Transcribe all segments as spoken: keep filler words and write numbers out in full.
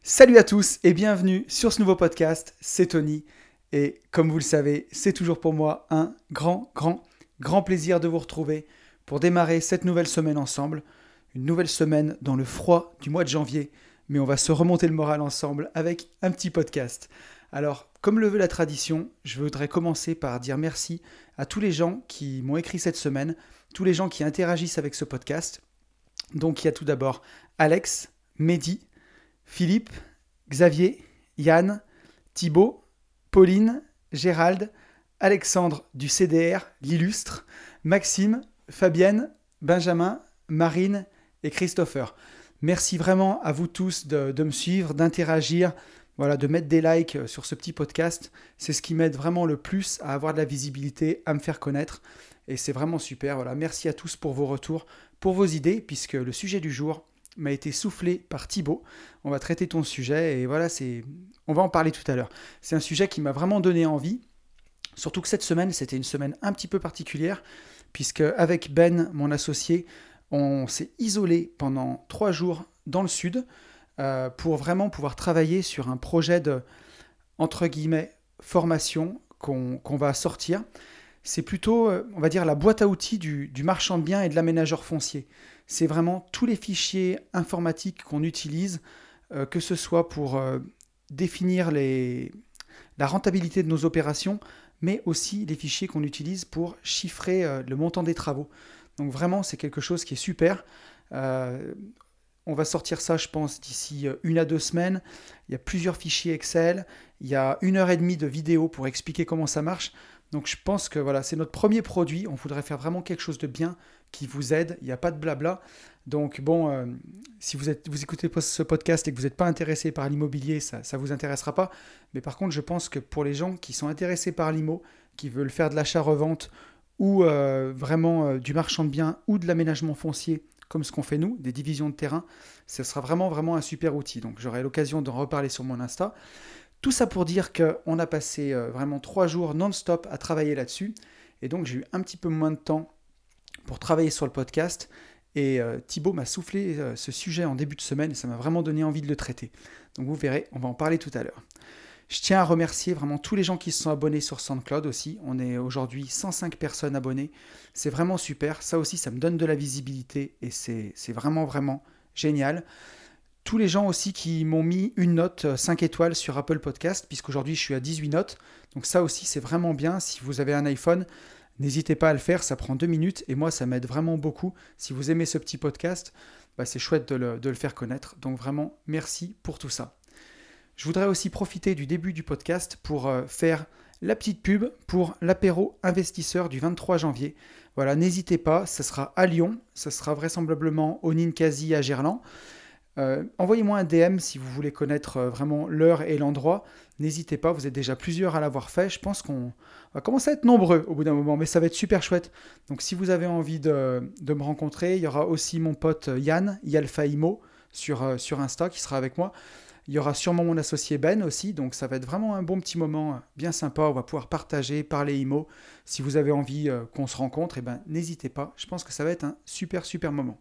Salut à tous et bienvenue sur ce nouveau podcast, c'est Tony. Et comme vous le savez, c'est toujours pour moi un grand, grand, grand plaisir de vous retrouver pour démarrer cette nouvelle semaine ensemble. Une nouvelle semaine dans le froid du mois de janvier, mais on va se remonter le moral ensemble avec un petit podcast. Alors, comme le veut la tradition, je voudrais commencer par dire merci à tous les gens qui m'ont écrit cette semaine, tous les gens qui interagissent avec ce podcast. Donc, il y a tout d'abord Alex, Mehdi, Philippe, Xavier, Yann, Thibaut, Pauline, Gérald, Alexandre du C D R, l'illustre, Maxime, Fabienne, Benjamin, Marine et Christopher. Merci vraiment à vous tous de, de me suivre, d'interagir, voilà, de mettre des likes sur ce petit podcast. C'est ce qui m'aide vraiment le plus à avoir de la visibilité, à me faire connaître. Et c'est vraiment super. Voilà. Merci à tous pour vos retours, pour vos idées, puisque le sujet du jour m'a été soufflé par Thibaut. On va traiter ton sujet et voilà, c'est... on va en parler tout à l'heure. C'est un sujet qui m'a vraiment donné envie, surtout que cette semaine, c'était une semaine un petit peu particulière, puisque avec Ben, mon associé, on s'est isolé pendant trois jours dans le sud euh, pour vraiment pouvoir travailler sur un projet de, entre guillemets, formation qu'on, qu'on va sortir. C'est plutôt, euh, on va dire, la boîte à outils du, du marchand de biens et de l'aménageur foncier. C'est vraiment tous les fichiers informatiques qu'on utilise, euh, que ce soit pour euh, définir les, la rentabilité de nos opérations, mais aussi les fichiers qu'on utilise pour chiffrer euh, le montant des travaux. Donc vraiment, c'est quelque chose qui est super. Euh, on va sortir ça, je pense, d'ici une à deux semaines. Il y a plusieurs fichiers Excel. Il y a une heure et demie de vidéo pour expliquer comment ça marche. Donc je pense que voilà, c'est notre premier produit. On voudrait faire vraiment quelque chose de bien qui vous aide. Il n'y a pas de blabla. Donc bon, euh, si vous, êtes, vous écoutez ce podcast et que vous n'êtes pas intéressé par l'immobilier, ça ne vous intéressera pas. Mais par contre, je pense que pour les gens qui sont intéressés par l'immo, qui veulent faire de l'achat-revente ou euh, vraiment euh, du marchand de biens ou de l'aménagement foncier, comme ce qu'on fait nous, des divisions de terrain, ce sera vraiment, vraiment un super outil. Donc j'aurai l'occasion d'en reparler sur mon Insta. Tout ça pour dire qu'on a passé euh, vraiment trois jours non-stop à travailler là-dessus. Et donc j'ai eu un petit peu moins de temps pour travailler sur le podcast. Et euh, Thibaut m'a soufflé euh, ce sujet en début de semaine et ça m'a vraiment donné envie de le traiter. Donc vous verrez, on va en parler tout à l'heure. Je tiens à remercier vraiment tous les gens qui se sont abonnés sur SoundCloud aussi. On est aujourd'hui cent cinq personnes abonnées. C'est vraiment super. Ça aussi, ça me donne de la visibilité et c'est, c'est vraiment, vraiment génial. Tous les gens aussi qui m'ont mis une note cinq étoiles sur Apple Podcast, puisqu'aujourd'hui je suis à dix-huit notes. Donc ça aussi, c'est vraiment bien. Si vous avez un iPhone, n'hésitez pas à le faire. Ça prend deux minutes et moi, ça m'aide vraiment beaucoup. Si vous aimez ce petit podcast, bah, c'est chouette de le, de le faire connaître. Donc vraiment, merci pour tout ça. Je voudrais aussi profiter du début du podcast pour euh, faire la petite pub pour l'apéro investisseur du vingt-trois janvier. Voilà, n'hésitez pas, ça sera à Lyon, ça sera vraisemblablement au Ninkasi à Gerland. Euh, envoyez-moi un D M si vous voulez connaître euh, vraiment l'heure et l'endroit. N'hésitez pas, vous êtes déjà plusieurs à l'avoir fait. Je pense qu'on va commencer à être nombreux au bout d'un moment, mais ça va être super chouette. Donc si vous avez envie de, de me rencontrer, il y aura aussi mon pote Yann, Yalfa Imo, sur, euh, sur Insta, qui sera avec moi. Il y aura sûrement mon associé Ben aussi, donc ça va être vraiment un bon petit moment bien sympa. On va pouvoir partager, parler IMO. Si vous avez envie euh, qu'on se rencontre, eh ben, n'hésitez pas. Je pense que ça va être un super, super moment.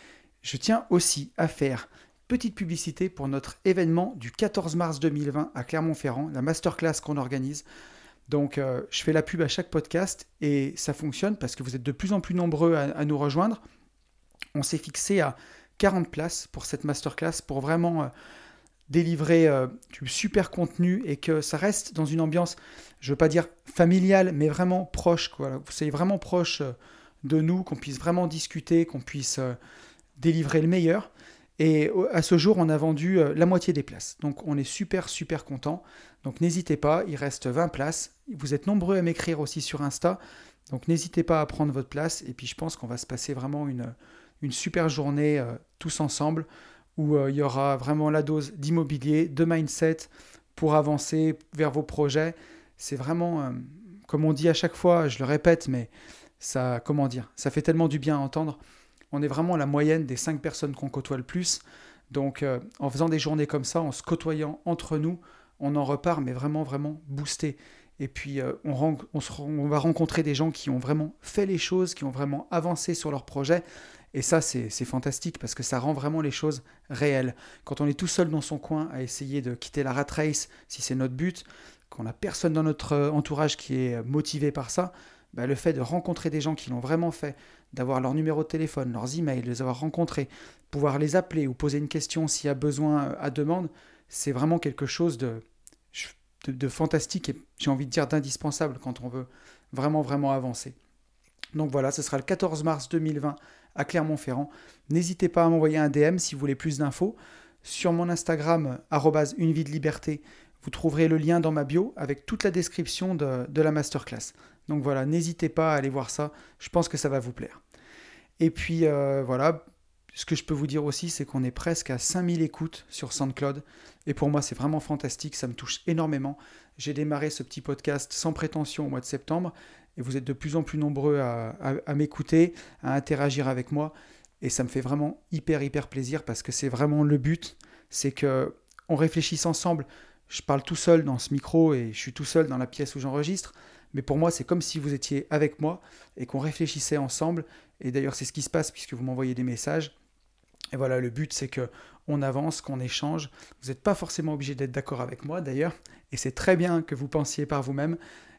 Je tiens aussi à faire petite publicité pour notre événement du quatorze mars deux mille vingt à Clermont-Ferrand, la masterclass qu'on organise. Donc euh, je fais la pub à chaque podcast et ça fonctionne parce que vous êtes de plus en plus nombreux à, à nous rejoindre. On s'est fixé à quarante places pour cette masterclass pour vraiment... Euh, délivrer euh, du super contenu et que ça reste dans une ambiance, je ne veux pas dire familiale, mais vraiment proche. Quoi. Vous soyez vraiment proche euh, de nous, qu'on puisse vraiment discuter, qu'on puisse euh, délivrer le meilleur. Et à ce jour, on a vendu euh, la moitié des places. Donc on est super, super content. Donc n'hésitez pas, il reste vingt places. Vous êtes nombreux à m'écrire aussi sur Insta. Donc n'hésitez pas à prendre votre place. Et puis je pense qu'on va se passer vraiment une, une super journée euh, tous ensemble, où euh, il y aura vraiment la dose d'immobilier, de mindset pour avancer vers vos projets. C'est vraiment, euh, comme on dit à chaque fois, je le répète, mais ça, comment dire, ça fait tellement du bien à entendre. On est vraiment la moyenne des cinq personnes qu'on côtoie le plus. Donc, euh, en faisant des journées comme ça, en se côtoyant entre nous, on en repart, mais vraiment, vraiment boosté. Et puis, euh, on, ren- on, se, on va rencontrer des gens qui ont vraiment fait les choses, qui ont vraiment avancé sur leur projet. Et ça, c'est, c'est fantastique parce que ça rend vraiment les choses réelles. Quand on est tout seul dans son coin à essayer de quitter la rat race, si c'est notre but, qu'on n'a personne dans notre entourage qui est motivé par ça, bah, le fait de rencontrer des gens qui l'ont vraiment fait, d'avoir leur numéro de téléphone, leurs emails, de les avoir rencontrés, pouvoir les appeler ou poser une question s'il y a besoin à demande, c'est vraiment quelque chose de, de, de fantastique et j'ai envie de dire d'indispensable quand on veut vraiment vraiment avancer. Donc voilà, ce sera le quatorze mars deux mille vingt à Clermont-Ferrand. N'hésitez pas à m'envoyer un D M si vous voulez plus d'infos. Sur mon Instagram, arobase une vie de liberté, vous trouverez le lien dans ma bio avec toute la description de, de la masterclass. Donc voilà, n'hésitez pas à aller voir ça, je pense que ça va vous plaire. Et puis euh, voilà, ce que je peux vous dire aussi, c'est qu'on est presque à cinq mille écoutes sur SoundCloud. Et pour moi, c'est vraiment fantastique, ça me touche énormément. J'ai démarré ce petit podcast sans prétention au mois de septembre. Et vous êtes de plus en plus nombreux à, à, à m'écouter, à interagir avec moi. Et ça me fait vraiment hyper, hyper plaisir parce que c'est vraiment le but. C'est qu'on réfléchisse ensemble. Je parle tout seul dans ce micro et je suis tout seul dans la pièce où j'enregistre. Mais pour moi, c'est comme si vous étiez avec moi et qu'on réfléchissait ensemble. Et d'ailleurs, c'est ce qui se passe puisque vous m'envoyez des messages. Et voilà, le but, c'est qu'on avance, qu'on échange. Vous n'êtes pas forcément obligé d'être d'accord avec moi, d'ailleurs. Et c'est très bien que vous pensiez par vous-même.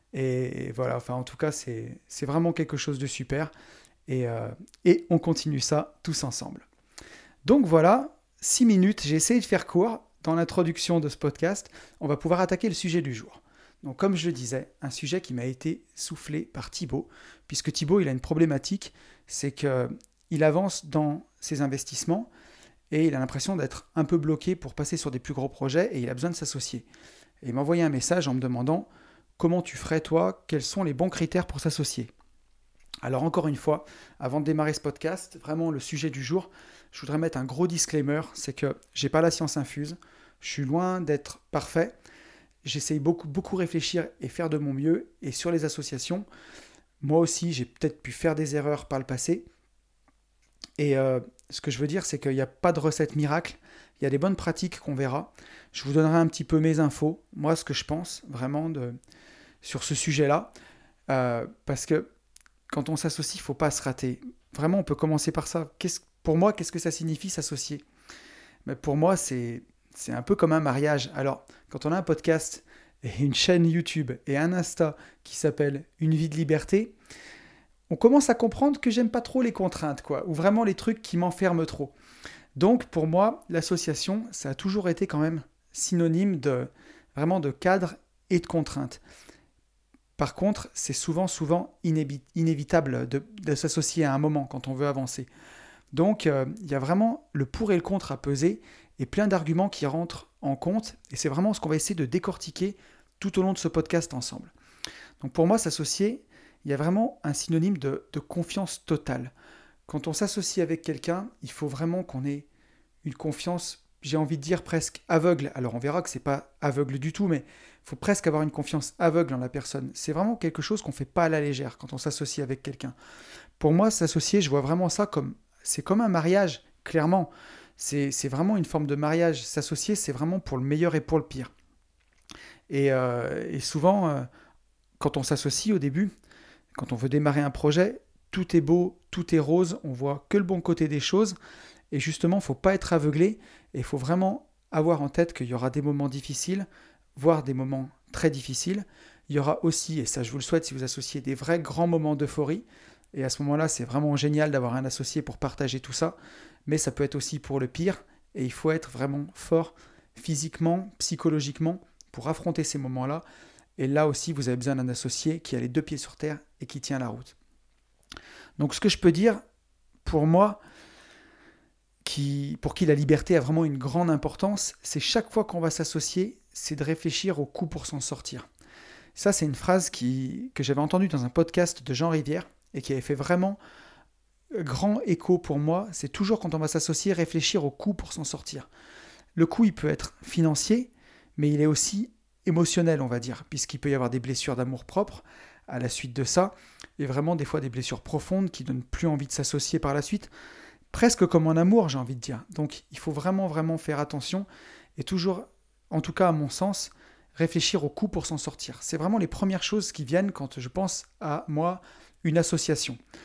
Et voilà, enfin, en tout cas, c'est, c'est vraiment quelque chose de super. Et, euh, et on continue ça tous ensemble. Donc voilà, six minutes. J'ai essayé de faire court dans l'introduction de ce podcast. On va pouvoir attaquer le sujet du jour. Donc comme je le disais, un sujet qui m'a été soufflé par Thibaut, puisque Thibaut, il a une problématique, c'est qu'il avance dans ses investissements et il a l'impression d'être un peu bloqué pour passer sur des plus gros projets et il a besoin de s'associer. Et il m'a envoyé un message en me demandant comment tu ferais toi, quels sont les bons critères pour s'associer. Alors encore une fois, avant de démarrer ce podcast, vraiment le sujet du jour, je voudrais mettre un gros disclaimer, c'est que j'ai pas la science infuse, je suis loin d'être parfait, j'essaye beaucoup, beaucoup réfléchir et faire de mon mieux, et sur les associations, moi aussi j'ai peut-être pu faire des erreurs par le passé, et euh, ce que je veux dire c'est qu'il n'y a pas de recette miracle, il y a des bonnes pratiques qu'on verra, je vous donnerai un petit peu mes infos, moi ce que je pense vraiment de, sur ce sujet-là, euh, parce que quand on s'associe, il ne faut pas se rater. Vraiment, on peut commencer par ça. Qu'est-ce, pour moi, qu'est-ce que ça signifie s'associer ? Mais pour moi, c'est, c'est un peu comme un mariage. Alors, quand on a un podcast et une chaîne YouTube et un Insta qui s'appelle Une vie de liberté, on commence à comprendre que j'aime pas trop les contraintes, quoi, ou vraiment les trucs qui m'enferment trop. Donc, pour moi, l'association, ça a toujours été quand même synonyme de vraiment de cadre et de contraintes. Par contre, c'est souvent, souvent inévi- inévitable de, de s'associer à un moment quand on veut avancer. Donc, euh, il y a vraiment le pour et le contre à peser et plein d'arguments qui rentrent en compte. Et c'est vraiment ce qu'on va essayer de décortiquer tout au long de ce podcast ensemble. Donc, pour moi, s'associer, il y a vraiment un synonyme de, de confiance totale. Quand on s'associe avec quelqu'un, il faut vraiment qu'on ait une confiance, j'ai envie de dire presque aveugle. Alors, on verra que ce n'est pas aveugle du tout, mais il faut presque avoir une confiance aveugle en la personne. C'est vraiment quelque chose qu'on ne fait pas à la légère quand on s'associe avec quelqu'un. Pour moi, s'associer, je vois vraiment ça comme... C'est comme un mariage, clairement. C'est, c'est vraiment une forme de mariage. S'associer, c'est vraiment pour le meilleur et pour le pire. Et, euh, et souvent, euh, quand on s'associe au début, quand on veut démarrer un projet, tout est beau, tout est rose, on voit que le bon côté des choses. Et justement, il ne faut pas être aveuglé et il faut vraiment avoir en tête qu'il y aura des moments difficiles, voire des moments très difficiles. Il y aura aussi, et ça je vous le souhaite si vous associez, des vrais grands moments d'euphorie. Et à ce moment-là, c'est vraiment génial d'avoir un associé pour partager tout ça. Mais ça peut être aussi pour le pire. Et il faut être vraiment fort physiquement, psychologiquement, pour affronter ces moments-là. Et là aussi, vous avez besoin d'un associé qui a les deux pieds sur terre et qui tient la route. Donc ce que je peux dire, pour moi, qui, pour qui la liberté a vraiment une grande importance, c'est chaque fois qu'on va s'associer, c'est de réfléchir au coup pour s'en sortir. Ça, c'est une phrase qui, que j'avais entendue dans un podcast de Jean Rivière et qui avait fait vraiment grand écho pour moi. C'est toujours quand on va s'associer, réfléchir au coût pour s'en sortir. Le coût, il peut être financier, mais il est aussi émotionnel, on va dire, puisqu'il peut y avoir des blessures d'amour-propre à la suite de ça, et vraiment des fois des blessures profondes qui ne donnent plus envie de s'associer par la suite, presque comme en amour, j'ai envie de dire. Donc il faut vraiment, vraiment faire attention, et toujours, en tout cas à mon sens, réfléchir au coût pour s'en sortir. C'est vraiment les premières choses qui viennent quand je pense à, moi, une association.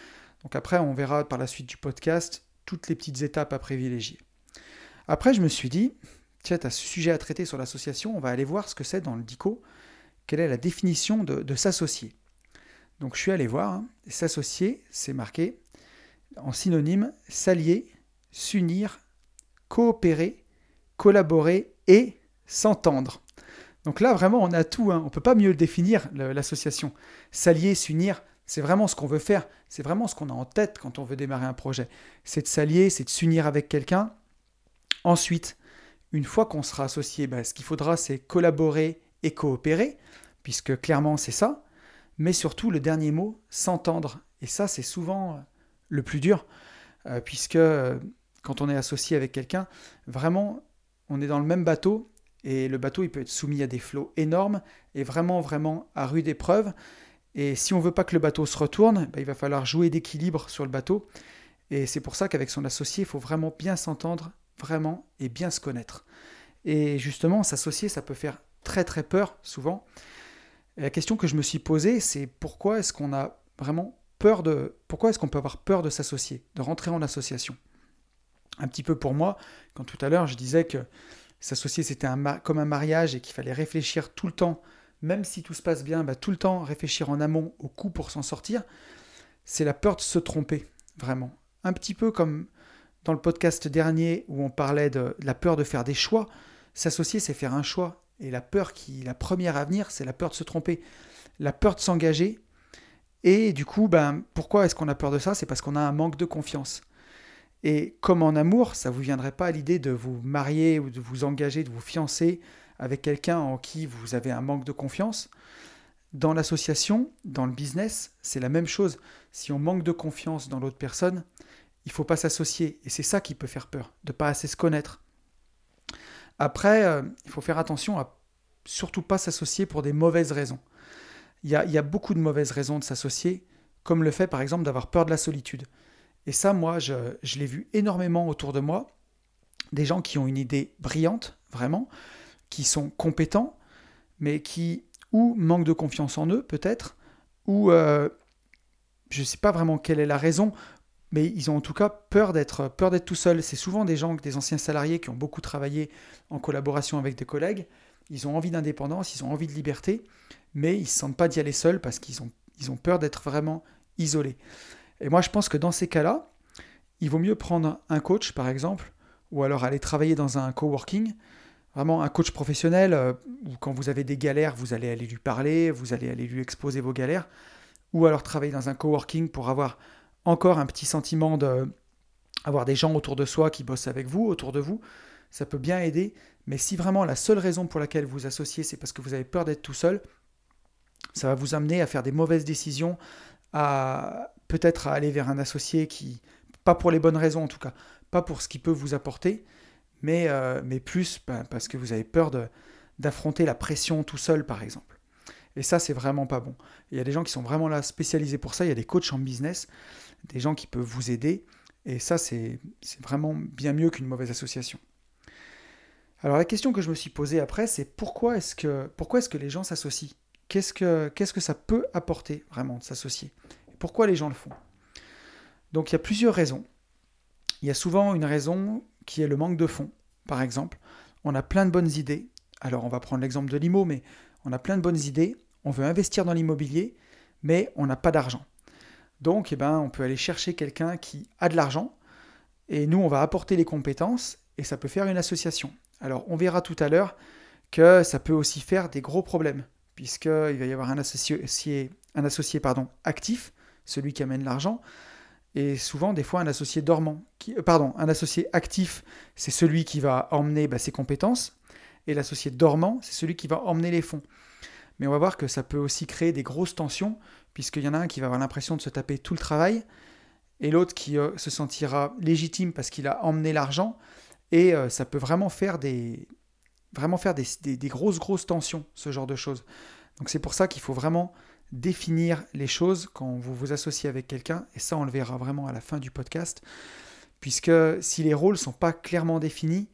Donc après, on verra par la suite du podcast toutes les petites étapes à privilégier. Après, je me suis dit, tiens, tu as ce sujet à traiter sur l'association, on va aller voir ce que c'est dans le DICO, quelle est la définition de, de s'associer. Donc je suis allé voir, hein, s'associer, c'est marqué en synonyme, s'allier, s'unir, coopérer, collaborer et s'entendre. Donc là, vraiment, on a tout, hein. On ne peut pas mieux le définir, le, l'association. S'allier, s'unir, c'est vraiment ce qu'on veut faire, c'est vraiment ce qu'on a en tête quand on veut démarrer un projet. C'est de s'allier, c'est de s'unir avec quelqu'un. Ensuite, une fois qu'on sera associé, bah, ce qu'il faudra, c'est collaborer et coopérer, puisque clairement, c'est ça. Mais surtout, le dernier mot, s'entendre. Et ça, c'est souvent le plus dur, euh, puisque euh, quand on est associé avec quelqu'un, vraiment, on est dans le même bateau, et le bateau, il peut être soumis à des flots énormes, et vraiment, vraiment à rude épreuve. Et si on ne veut pas que le bateau se retourne, bah, il va falloir jouer d'équilibre sur le bateau. Et c'est pour ça qu'avec son associé, il faut vraiment bien s'entendre, vraiment, et bien se connaître. Et justement, s'associer, ça peut faire très très peur, souvent. Et la question que je me suis posée, c'est pourquoi est-ce qu'on a vraiment peur de... Pourquoi est-ce qu'on peut avoir peur de s'associer, de rentrer en association? Un petit peu pour moi, quand tout à l'heure je disais que s'associer c'était un ma- comme un mariage et qu'il fallait réfléchir tout le temps, même si tout se passe bien, bah, tout le temps réfléchir en amont au coup pour s'en sortir, c'est la peur de se tromper, vraiment. Un petit peu comme dans le podcast dernier où on parlait de la peur de faire des choix, s'associer c'est faire un choix. Et la peur qui, la première à venir, c'est la peur de se tromper, la peur de s'engager. Et du coup, ben, pourquoi est-ce qu'on a peur de ça? C'est parce qu'on a un manque de confiance. Et comme en amour, ça ne vous viendrait pas à l'idée de vous marier ou de vous engager, de vous fiancer avec quelqu'un en qui vous avez un manque de confiance. Dans l'association, dans le business, c'est la même chose. Si on manque de confiance dans l'autre personne, il ne faut pas s'associer. Et c'est ça qui peut faire peur, de ne pas assez se connaître. Après, euh, il faut faire attention à surtout pas s'associer pour des mauvaises raisons. Il y a, il y a beaucoup de mauvaises raisons de s'associer, comme le fait par exemple d'avoir peur de la solitude. Et ça, moi, je, je l'ai vu énormément autour de moi. Des gens qui ont une idée brillante, vraiment, qui sont compétents, mais qui ou manquent de confiance en eux, peut-être, ou euh, je ne sais pas vraiment quelle est la raison, mais ils ont en tout cas peur d'être, peur d'être tout seuls. C'est souvent des gens, des anciens salariés qui ont beaucoup travaillé en collaboration avec des collègues. Ils ont envie d'indépendance, ils ont envie de liberté, mais ils ne se sentent pas d'y aller seuls parce qu'ils ont, ils ont peur d'être vraiment isolés. Et moi, je pense que dans ces cas-là, il vaut mieux prendre un coach, par exemple, ou alors aller travailler dans un coworking, vraiment un coach professionnel, euh, où quand vous avez des galères, vous allez aller lui parler, vous allez aller lui exposer vos galères, ou alors travailler dans un coworking pour avoir encore un petit sentiment de avoir des gens autour de soi qui bossent avec vous, autour de vous, ça peut bien aider. Mais si vraiment la seule raison pour laquelle vous associez, c'est parce que vous avez peur d'être tout seul, ça va vous amener à faire des mauvaises décisions, à peut-être à aller vers un associé qui, pas pour les bonnes raisons en tout cas, pas pour ce qu'il peut vous apporter, mais, euh, mais plus ben, parce que vous avez peur de, d'affronter la pression tout seul par exemple. Et ça, c'est vraiment pas bon. Il y a des gens qui sont vraiment là spécialisés pour ça, il y a des coachs en business, des gens qui peuvent vous aider, et ça, c'est, c'est vraiment bien mieux qu'une mauvaise association. Alors la question que je me suis posée après, c'est pourquoi est-ce que, pourquoi est-ce que les gens s'associent? Qu'est-ce que, qu'est-ce que ça peut apporter vraiment de s'associer? Et pourquoi les gens le font? Donc il y a plusieurs raisons. Il y a souvent une raison qui est le manque de fonds. Par exemple, on a plein de bonnes idées. Alors on va prendre l'exemple de l'I M O, mais on a plein de bonnes idées, on veut investir dans l'immobilier, mais on n'a pas d'argent. Donc eh ben, on peut aller chercher quelqu'un qui a de l'argent, et nous on va apporter les compétences, et ça peut faire une association. Alors on verra tout à l'heure que ça peut aussi faire des gros problèmes, puisqu'il va y avoir un associé, un associé pardon, actif, celui qui amène l'argent, et souvent des fois un associé dormant. Qui, euh, pardon, un associé actif, c'est celui qui va emmener bah, ses compétences, et l'associé dormant, c'est celui qui va emmener les fonds. Mais on va voir que ça peut aussi créer des grosses tensions, puisqu'il y en a un qui va avoir l'impression de se taper tout le travail, et l'autre qui euh, se sentira légitime parce qu'il a emmené l'argent, et euh, ça peut vraiment faire des, vraiment faire des, des, des grosses, grosses tensions, ce genre de choses. Donc c'est pour ça qu'il faut vraiment définir les choses quand vous vous associez avec quelqu'un, et ça on le verra vraiment à la fin du podcast, puisque si les rôles ne sont pas clairement définis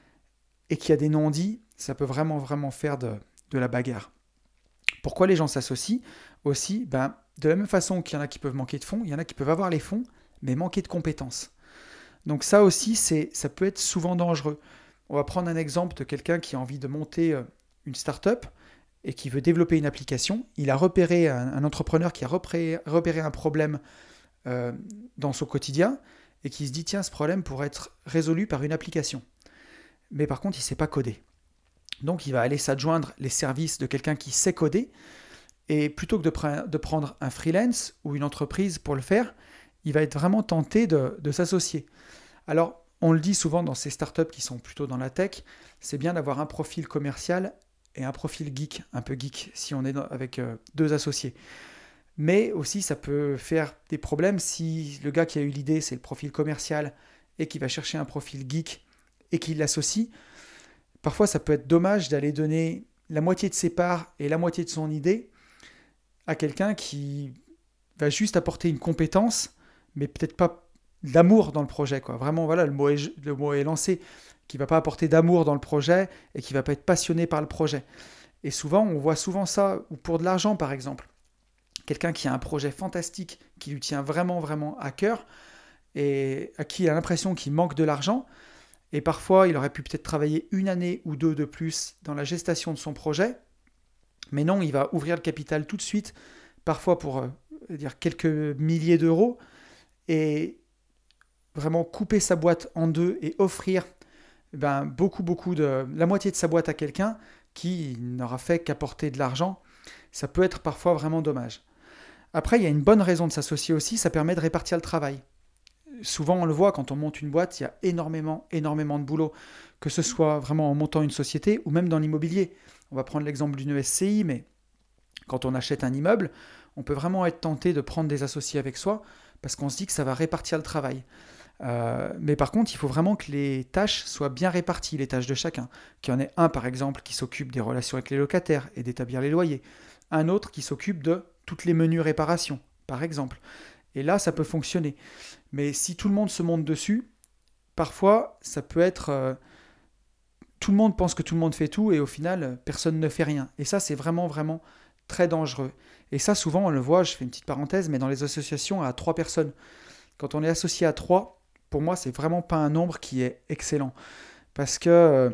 et qu'il y a des non-dits, ça peut vraiment, vraiment faire de, de la bagarre. Pourquoi les gens s'associent aussi? Ben, de la même façon qu'il y en a qui peuvent manquer de fonds, il y en a qui peuvent avoir les fonds, mais manquer de compétences. Donc ça aussi, c'est, ça peut être souvent dangereux. On va prendre un exemple de quelqu'un qui a envie de monter euh, une start-up et qui veut développer une application. Il a repéré un, un entrepreneur qui a repéré, repéré un problème euh, dans son quotidien et qui se dit tiens, ce problème pourrait être résolu par une application. Mais par contre, il ne sait pas coder. Donc il va aller s'adjoindre les services de quelqu'un qui sait coder et plutôt que de, pre- de prendre un freelance ou une entreprise pour le faire, il va être vraiment tenté de, de s'associer. Alors, on le dit souvent dans ces startups qui sont plutôt dans la tech, c'est bien d'avoir un profil commercial et un profil geek, un peu geek, si on est dans- avec euh, deux associés. Mais aussi, ça peut faire des problèmes si le gars qui a eu l'idée, c'est le profil commercial et qui va chercher un profil geek et qui l'associe. Parfois, ça peut être dommage d'aller donner la moitié de ses parts et la moitié de son idée à quelqu'un qui va juste apporter une compétence, mais peut-être pas d'amour dans le projet, quoi. Vraiment, voilà, le mot est, le mot est lancé, qui va pas apporter d'amour dans le projet et qui va pas être passionné par le projet. Et souvent, on voit souvent ça, ou pour de l'argent, par exemple. Quelqu'un qui a un projet fantastique, qui lui tient vraiment, vraiment à cœur, et à qui il a l'impression qu'il manque de l'argent, et parfois, il aurait pu peut-être travailler une année ou deux de plus dans la gestation de son projet, mais non, il va ouvrir le capital tout de suite, parfois pour euh, dire quelques milliers d'euros, et vraiment couper sa boîte en deux et offrir ben, beaucoup, beaucoup de la moitié de sa boîte à quelqu'un qui n'aura fait qu'apporter de l'argent, ça peut être parfois vraiment dommage. Après, il y a une bonne raison de s'associer aussi, ça permet de répartir le travail. Souvent, on le voit quand on monte une boîte, il y a énormément, énormément de boulot, que ce soit vraiment en montant une société ou même dans l'immobilier. On va prendre l'exemple d'une S C I, mais quand on achète un immeuble, on peut vraiment être tenté de prendre des associés avec soi parce qu'on se dit que ça va répartir le travail. Euh, mais par contre, il faut vraiment que les tâches soient bien réparties, les tâches de chacun. Qu'il y en ait un, par exemple, qui s'occupe des relations avec les locataires et d'établir les loyers. Un autre qui s'occupe de toutes les menus réparations, par exemple. Et là, ça peut fonctionner. Mais si tout le monde se monte dessus, parfois, ça peut être... euh, tout le monde pense que tout le monde fait tout et au final, personne ne fait rien. Et ça, c'est vraiment, vraiment très dangereux. Et ça, souvent, on le voit, je fais une petite parenthèse, mais dans les associations à trois personnes. Quand on est associé à trois, pour moi, c'est vraiment pas un nombre qui est excellent. Parce que euh,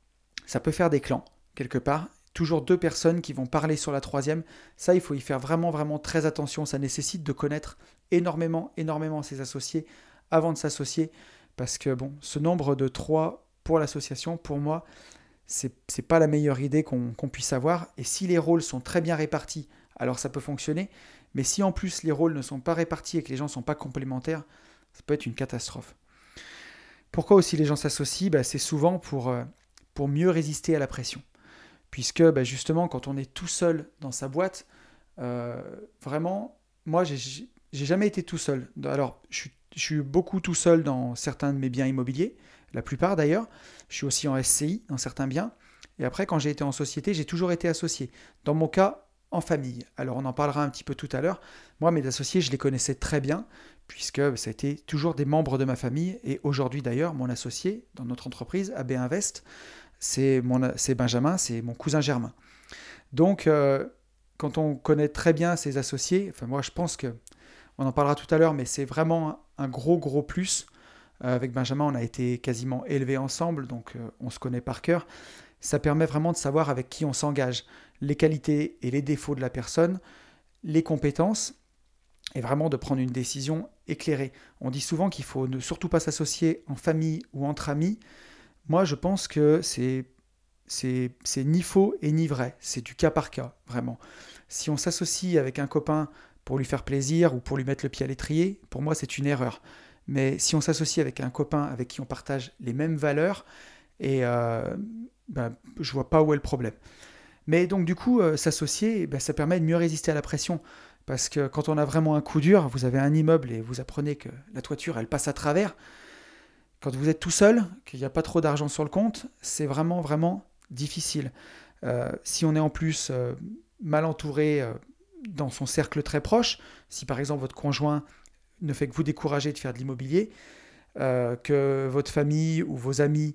ça peut faire des clans, quelque part. Toujours deux personnes qui vont parler sur la troisième. Ça, il faut y faire vraiment, vraiment très attention. Ça nécessite de connaître énormément, énormément ses associés avant de s'associer. Parce que, bon, ce nombre de trois pour l'association, pour moi, c'est, c'est pas la meilleure idée qu'on, qu'on puisse avoir. Et si les rôles sont très bien répartis, alors ça peut fonctionner. Mais si en plus les rôles ne sont pas répartis et que les gens ne sont pas complémentaires, ça peut être une catastrophe. Pourquoi aussi les gens s'associent? Bah, c'est souvent pour, euh, pour mieux résister à la pression. Puisque bah, justement, quand on est tout seul dans sa boîte, euh, vraiment, moi, j'ai, j'ai jamais été tout seul. Alors, je suis, je suis beaucoup tout seul dans certains de mes biens immobiliers, la plupart d'ailleurs. Je suis aussi en S C I dans certains biens. Et après, quand j'ai été en société, j'ai toujours été associé. Dans mon cas, en famille. Alors, on en parlera un petit peu tout à l'heure. Moi, mes associés, je les connaissais très bien, puisque ça a été toujours des membres de ma famille. Et aujourd'hui, d'ailleurs, mon associé dans notre entreprise, A B Invest, c'est, mon, c'est Benjamin, c'est mon cousin Germain. Donc, euh, quand on connaît très bien ses associés, enfin, moi, je pense que, on en parlera tout à l'heure, mais c'est vraiment un gros, gros plus. Euh, avec Benjamin, on a été quasiment élevés ensemble, donc euh, on se connaît par cœur. Ça permet vraiment de savoir avec qui on s'engage, les qualités et les défauts de la personne, les compétences, et vraiment de prendre une décision éclairée. On dit souvent qu'il faut ne surtout pas s'associer en famille ou entre amis. Moi, je pense que c'est, c'est, c'est ni faux et ni vrai. C'est du cas par cas, vraiment. Si on s'associe avec un copain pour lui faire plaisir ou pour lui mettre le pied à l'étrier, pour moi, c'est une erreur. Mais si on s'associe avec un copain avec qui on partage les mêmes valeurs, et euh, ben, je vois pas où est le problème. Mais donc du coup, euh, s'associer, ben, ça permet de mieux résister à la pression. Parce que quand on a vraiment un coup dur, vous avez un immeuble et vous apprenez que la toiture, elle passe à travers. Quand vous êtes tout seul, qu'il n'y a pas trop d'argent sur le compte, c'est vraiment, vraiment difficile. Euh, si on est en plus euh, mal entouré euh, dans son cercle très proche, si par exemple votre conjoint ne fait que vous décourager de faire de l'immobilier, euh, que votre famille ou vos amis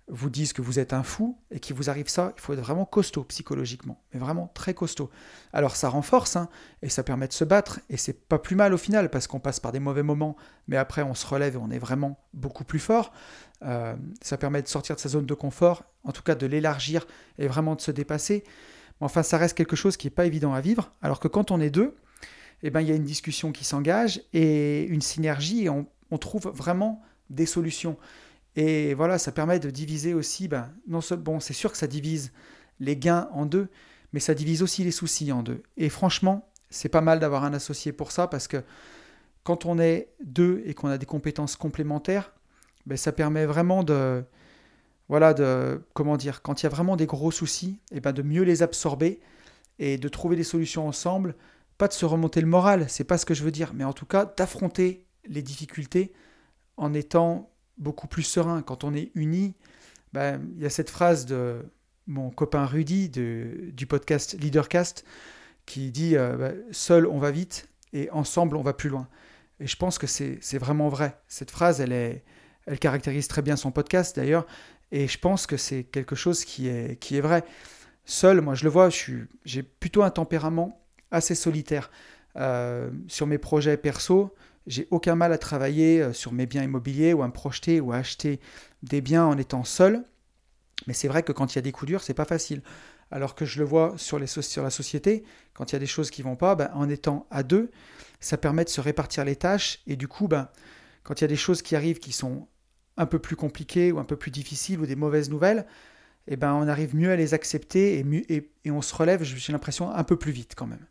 vous disent que vous êtes un fou et qu'il vous arrive ça, il faut être vraiment costaud psychologiquement, mais vraiment très costaud. Alors ça renforce hein, et ça permet de se battre et c'est pas plus mal au final parce qu'on passe par des mauvais moments, mais après on se relève et on est vraiment beaucoup plus fort. Euh, ça permet de sortir de sa zone de confort, en tout cas de l'élargir et vraiment de se dépasser. Mais enfin, ça reste quelque chose qui n'est pas évident à vivre, alors que quand on est deux, eh ben, il y a une discussion qui s'engage et une synergie et on, on trouve vraiment des solutions. Et voilà, ça permet de diviser aussi, ben, non seul, bon, c'est sûr que ça divise les gains en deux, mais ça divise aussi les soucis en deux. Et franchement, c'est pas mal d'avoir un associé pour ça, parce que quand on est deux et qu'on a des compétences complémentaires, ben, ça permet vraiment de, voilà, de, comment dire, quand il y a vraiment des gros soucis, et ben, de mieux les absorber et de trouver des solutions ensemble, pas de se remonter le moral, c'est pas ce que je veux dire, mais en tout cas d'affronter les difficultés en étant beaucoup plus serein. Quand on est unis, ben, il y a cette phrase de mon copain Rudy de, du podcast Leadercast qui dit euh, ben, seul on va vite et ensemble on va plus loin. Et je pense que c'est, c'est vraiment vrai. Cette phrase, elle, est, elle caractérise très bien son podcast d'ailleurs, et je pense que c'est quelque chose qui est, qui est vrai. Seul, moi je le vois, je suis, j'ai plutôt un tempérament assez solitaire. Euh, sur mes projets perso, j'ai aucun mal à travailler euh, sur mes biens immobiliers ou à me projeter ou à acheter des biens en étant seul. Mais c'est vrai que quand il y a des coups durs, c'est pas facile. Alors que je le vois sur, les, sur la société, quand il y a des choses qui vont pas, ben, en étant à deux, ça permet de se répartir les tâches. Et du coup, ben, quand il y a des choses qui arrivent qui sont un peu plus compliquées ou un peu plus difficiles ou des mauvaises nouvelles, eh ben, on arrive mieux à les accepter et, mieux, et, et on se relève, j'ai l'impression, un peu plus vite quand même.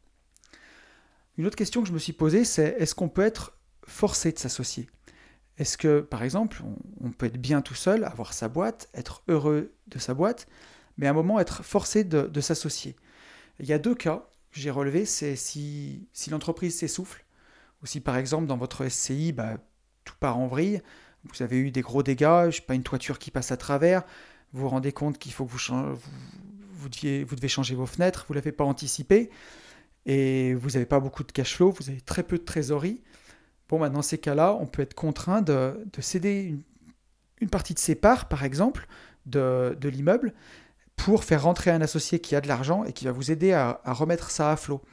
Une autre question que je me suis posée, c'est est-ce qu'on peut être forcé de s'associer? Est-ce que, par exemple, on, on peut être bien tout seul, avoir sa boîte, être heureux de sa boîte, mais à un moment être forcé de, de s'associer? Il y a deux cas que j'ai relevés, c'est si, si l'entreprise s'essouffle, ou si par exemple dans votre S C I, bah, tout part en vrille, vous avez eu des gros dégâts, je sais pas, une toiture qui passe à travers, vous vous rendez compte qu'il faut que vous, changez, vous, vous, deviez, vous devez changer vos fenêtres, vous ne l'avez pas anticipé, et vous n'avez pas beaucoup de cash flow, vous avez très peu de trésorerie. Bon, bah, dans ces cas-là, on peut être contraint de, de céder une, une partie de ses parts, par exemple, de, de l'immeuble, pour faire rentrer un associé qui a de l'argent et qui va vous aider à, à remettre ça à flot.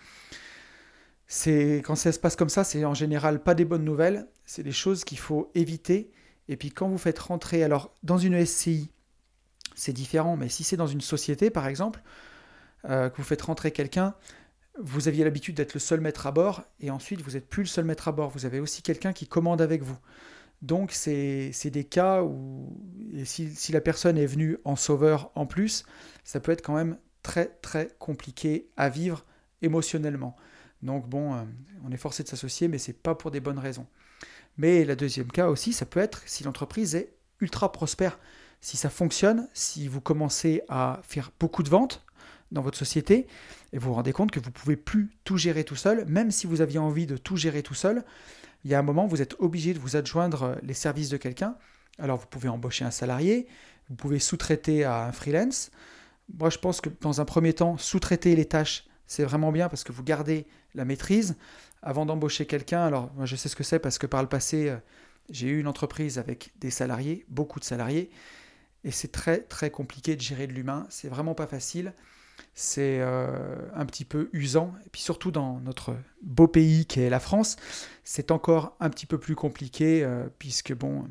C'est, quand ça se passe comme ça, c'est en général pas des bonnes nouvelles, c'est des choses qu'il faut éviter. Et puis quand vous faites rentrer, alors dans une S C I, c'est différent, mais si c'est dans une société, par exemple, euh, que vous faites rentrer quelqu'un, vous aviez l'habitude d'être le seul maître à bord, et ensuite vous n'êtes plus le seul maître à bord, vous avez aussi quelqu'un qui commande avec vous. Donc c'est, c'est des cas où, et si, si la personne est venue en sauveur en plus, ça peut être quand même très très compliqué à vivre émotionnellement. Donc bon, euh, on est forcé de s'associer, mais c'est pas pour des bonnes raisons. Mais la deuxième cas aussi, ça peut être si l'entreprise est ultra prospère. Si ça fonctionne, si vous commencez à faire beaucoup de ventes dans votre société, et vous vous rendez compte que vous ne pouvez plus tout gérer tout seul, même si vous aviez envie de tout gérer tout seul, il y a un moment, vous êtes obligé de vous adjoindre les services de quelqu'un. Alors vous pouvez embaucher un salarié, vous pouvez sous-traiter à un freelance. Moi, je pense que dans un premier temps, sous-traiter les tâches, c'est vraiment bien parce que vous gardez la maîtrise avant d'embaucher quelqu'un. Alors, moi, je sais ce que c'est parce que par le passé, j'ai eu une entreprise avec des salariés, beaucoup de salariés, et c'est très, très compliqué de gérer de l'humain. C'est vraiment pas facile. C'est euh, un petit peu usant. Et puis surtout dans notre beau pays qui est la France, c'est encore un petit peu plus compliqué euh, puisque, bon,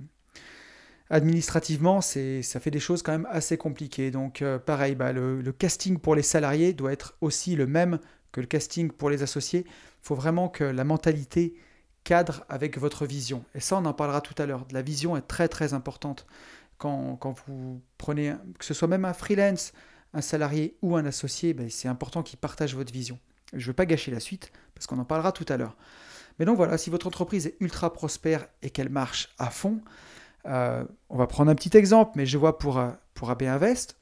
administrativement, c'est, ça fait des choses quand même assez compliquées. Donc euh, pareil, bah, le, le casting pour les salariés doit être aussi le même que le casting pour les associés. Il faut vraiment que la mentalité cadre avec votre vision. Et ça, on en parlera tout à l'heure. La vision est très très importante. Quand, quand vous prenez, que ce soit même un freelance, un salarié ou un associé, ben c'est important qu'il partage votre vision. Je ne veux pas gâcher la suite, parce qu'on en parlera tout à l'heure. Mais donc voilà, si votre entreprise est ultra prospère et qu'elle marche à fond, euh, on va prendre un petit exemple, mais je vois pour, pour A B Invest,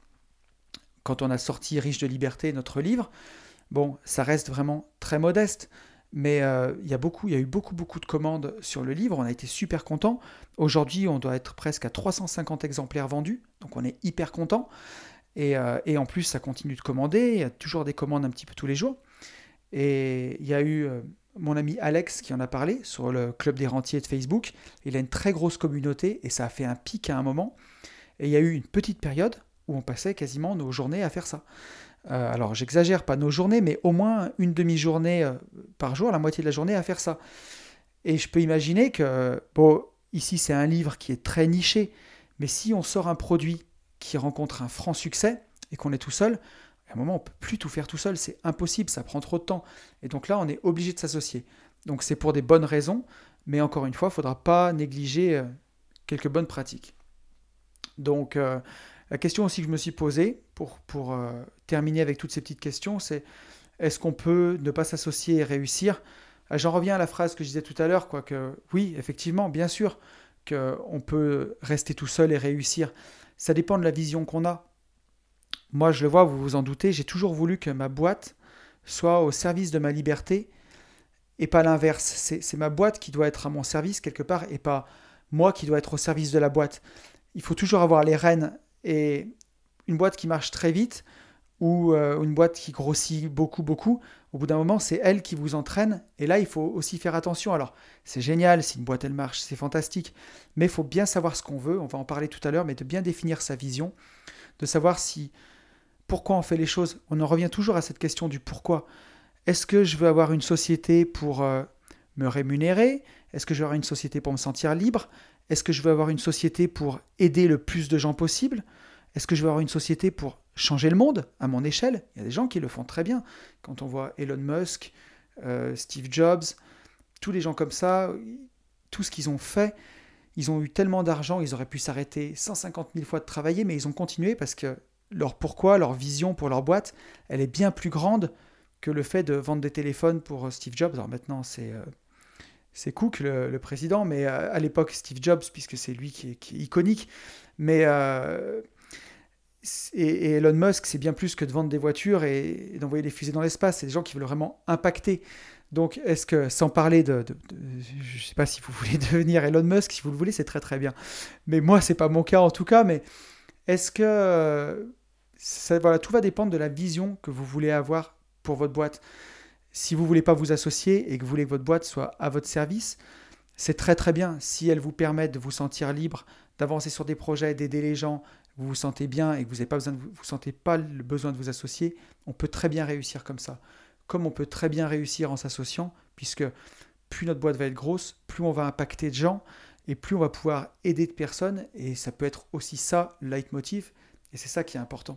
quand on a sorti Riche de liberté, notre livre, bon, ça reste vraiment très modeste, mais euh, il y a beaucoup, il y a eu beaucoup, beaucoup de commandes sur le livre, on a été super contents. Aujourd'hui, on doit être presque à trois cent cinquante exemplaires vendus, donc on est hyper contents. Et, euh, et en plus, ça continue de commander, il y a toujours des commandes un petit peu tous les jours. Et il y a eu euh, mon ami Alex qui en a parlé sur le Club des Rentiers de Facebook. Il a une très grosse communauté et ça a fait un pic à un moment. Et il y a eu une petite période où on passait quasiment nos journées à faire ça. Euh, alors j'exagère, pas nos journées, mais au moins une demi-journée euh, par jour, la moitié de la journée à faire ça. Et je peux imaginer que, bon, ici c'est un livre qui est très niché, mais si on sort un produit qui rencontre un franc succès et qu'on est tout seul, à un moment on ne peut plus tout faire tout seul, c'est impossible, ça prend trop de temps. Et donc là on est obligé de s'associer. Donc c'est pour des bonnes raisons, mais encore une fois, il ne faudra pas négliger euh, quelques bonnes pratiques. Donc euh, la question aussi que je me suis posée, pour, pour euh, terminer avec toutes ces petites questions, c'est est-ce qu'on peut ne pas s'associer et réussir? Ah, J'en reviens à la phrase que je disais tout à l'heure, quoi, que oui, effectivement, bien sûr, qu'on peut rester tout seul et réussir. Ça dépend de la vision qu'on a. Moi, je le vois, vous vous en doutez, j'ai toujours voulu que ma boîte soit au service de ma liberté et pas l'inverse. C'est, c'est ma boîte qui doit être à mon service quelque part et pas moi qui dois être au service de la boîte. Il faut toujours avoir les rênes et une boîte qui marche très vite ou euh, une boîte qui grossit beaucoup, beaucoup, au bout d'un moment, c'est elle qui vous entraîne. Et là, il faut aussi faire attention. Alors, c'est génial, si une boîte, elle marche, c'est fantastique. Mais il faut bien savoir ce qu'on veut. On va en parler tout à l'heure, mais de bien définir sa vision, de savoir si pourquoi on fait les choses. On en revient toujours à cette question du pourquoi. Est-ce que je veux avoir une société pour euh, me rémunérer? Est-ce que je veux avoir une société pour me sentir libre? Est-ce que je veux avoir une société pour aider le plus de gens possible? Est-ce que je veux avoir une société pour changer le monde à mon échelle? Il y a des gens qui le font très bien. Quand on voit Elon Musk, euh, Steve Jobs, tous les gens comme ça, tout ce qu'ils ont fait, ils ont eu tellement d'argent, ils auraient pu s'arrêter cent cinquante mille fois de travailler, mais ils ont continué parce que leur pourquoi, leur vision pour leur boîte, elle est bien plus grande que le fait de vendre des téléphones pour Steve Jobs. Alors maintenant, c'est, euh, c'est Cook, le, le président, mais euh, à l'époque, Steve Jobs, puisque c'est lui qui est, qui est iconique. Mais euh, et, et Elon Musk, c'est bien plus que de vendre des voitures et, et d'envoyer des fusées dans l'espace. C'est des gens qui veulent vraiment impacter. Donc, est-ce que, sans parler de, de- de- je ne sais pas si vous voulez devenir Elon Musk, si vous le voulez, c'est très très bien. Mais moi, c'est pas mon cas en tout cas. Mais est-ce que, euh, ça, voilà, tout va dépendre de la vision que vous voulez avoir pour votre boîte. Si vous voulez pas vous associer et que vous voulez que votre boîte soit à votre service, c'est très très bien. Si elle vous permet de vous sentir libre, d'avancer sur des projets, d'aider les gens, vous vous sentez bien et que vous n'avez pas besoin de vous, vous sentez pas le besoin de vous associer, on peut très bien réussir comme ça. Comme on peut très bien réussir en s'associant, puisque plus notre boîte va être grosse, plus on va impacter de gens et plus on va pouvoir aider de personnes. Et ça peut être aussi ça le leitmotiv. Et c'est ça qui est important.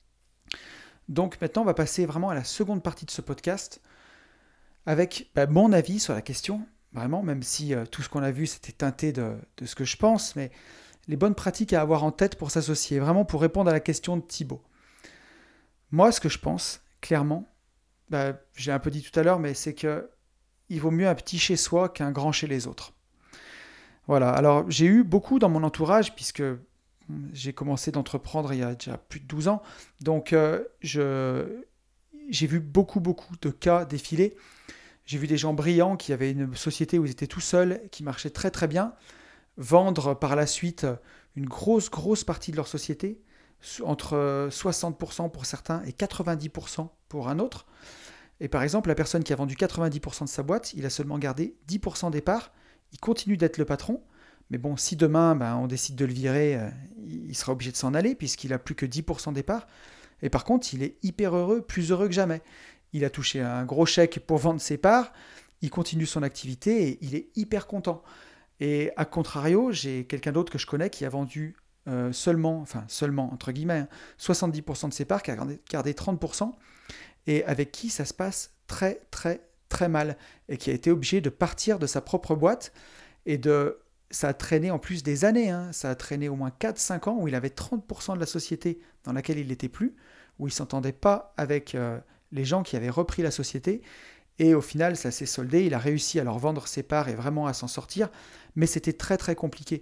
Donc maintenant, on va passer vraiment à la seconde partie de ce podcast avec bah, mon avis sur la question. Vraiment, même si euh, tout ce qu'on a vu, c'était teinté de, de ce que je pense, mais les bonnes pratiques à avoir en tête pour s'associer, vraiment pour répondre à la question de Thibaut. Moi, ce que je pense, clairement, bah, j'ai un peu dit tout à l'heure, mais c'est que il vaut mieux un petit chez soi qu'un grand chez les autres. Voilà, alors j'ai eu beaucoup dans mon entourage, puisque j'ai commencé d'entreprendre il y a déjà plus de douze ans, donc euh, je, j'ai vu beaucoup, beaucoup de cas défiler. J'ai vu des gens brillants qui avaient une société où ils étaient tout seuls, qui marchait très très bien, vendre par la suite une grosse, grosse partie de leur société, entre soixante pour cent pour certains et quatre-vingt-dix pour cent pour un autre. Et par exemple, la personne qui a vendu quatre-vingt-dix pour cent de sa boîte, il a seulement gardé dix pour cent des parts, il continue d'être le patron, mais bon, si demain ben, on décide de le virer, euh, il sera obligé de s'en aller puisqu'il a plus que dix pour cent des parts. Et par contre, il est hyper heureux, plus heureux que jamais. Il a touché un gros chèque pour vendre ses parts, il continue son activité et il est hyper content. Et à contrario, j'ai quelqu'un d'autre que je connais qui a vendu euh, seulement, enfin seulement entre guillemets, hein, soixante-dix pour cent de ses parts, qui a gardé, gardé trente pour cent, et avec qui ça se passe très très très mal, et qui a été obligé de partir de sa propre boîte, et de, ça a traîné en plus des années, hein, ça a traîné au moins quatre cinq ans, où il avait trente pour cent de la société dans laquelle il n'était plus, où il ne s'entendait pas avec euh, les gens qui avaient repris la société, et au final, ça s'est soldé. Il a réussi à leur vendre ses parts et vraiment à s'en sortir. Mais c'était très, très compliqué.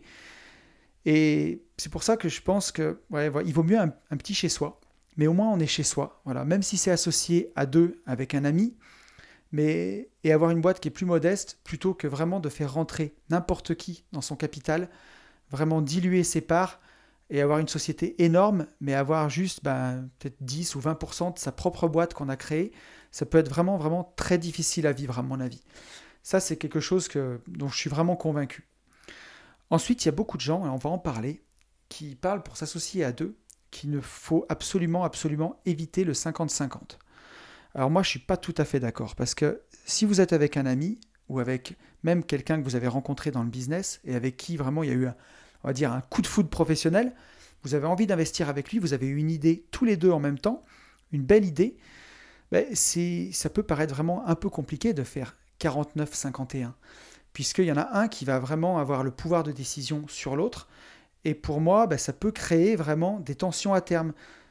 Et c'est pour ça que je pense que ouais, il vaut mieux un, un petit chez soi. Mais au moins, on est chez soi. Voilà. Même si c'est associé à deux avec un ami. Mais, et avoir une boîte qui est plus modeste plutôt que vraiment de faire rentrer n'importe qui dans son capital. Vraiment diluer ses parts et avoir une société énorme, mais avoir juste ben, peut-être dix ou vingt pour cent de sa propre boîte qu'on a créée, ça peut être vraiment, vraiment très difficile à vivre, à mon avis. Ça, c'est quelque chose que, dont je suis vraiment convaincu. Ensuite, il y a beaucoup de gens, et on va en parler, qui parle pour s'associer à deux qu'il ne faut absolument, absolument éviter le cinquante cinquante. Alors moi, je ne suis pas tout à fait d'accord, parce que si vous êtes avec un ami ou avec même quelqu'un que vous avez rencontré dans le business et avec qui vraiment il y a eu, un, on va dire, un coup de foudre professionnel, vous avez envie d'investir avec lui, vous avez eu une idée tous les deux en même temps, une belle idée, ben c'est, ça peut paraître vraiment un peu compliqué de faire quarante-neuf cinquante et un, puisqu'il y en a un qui va vraiment avoir le pouvoir de décision sur l'autre, et pour moi, ben ça peut créer vraiment des tensions à terme.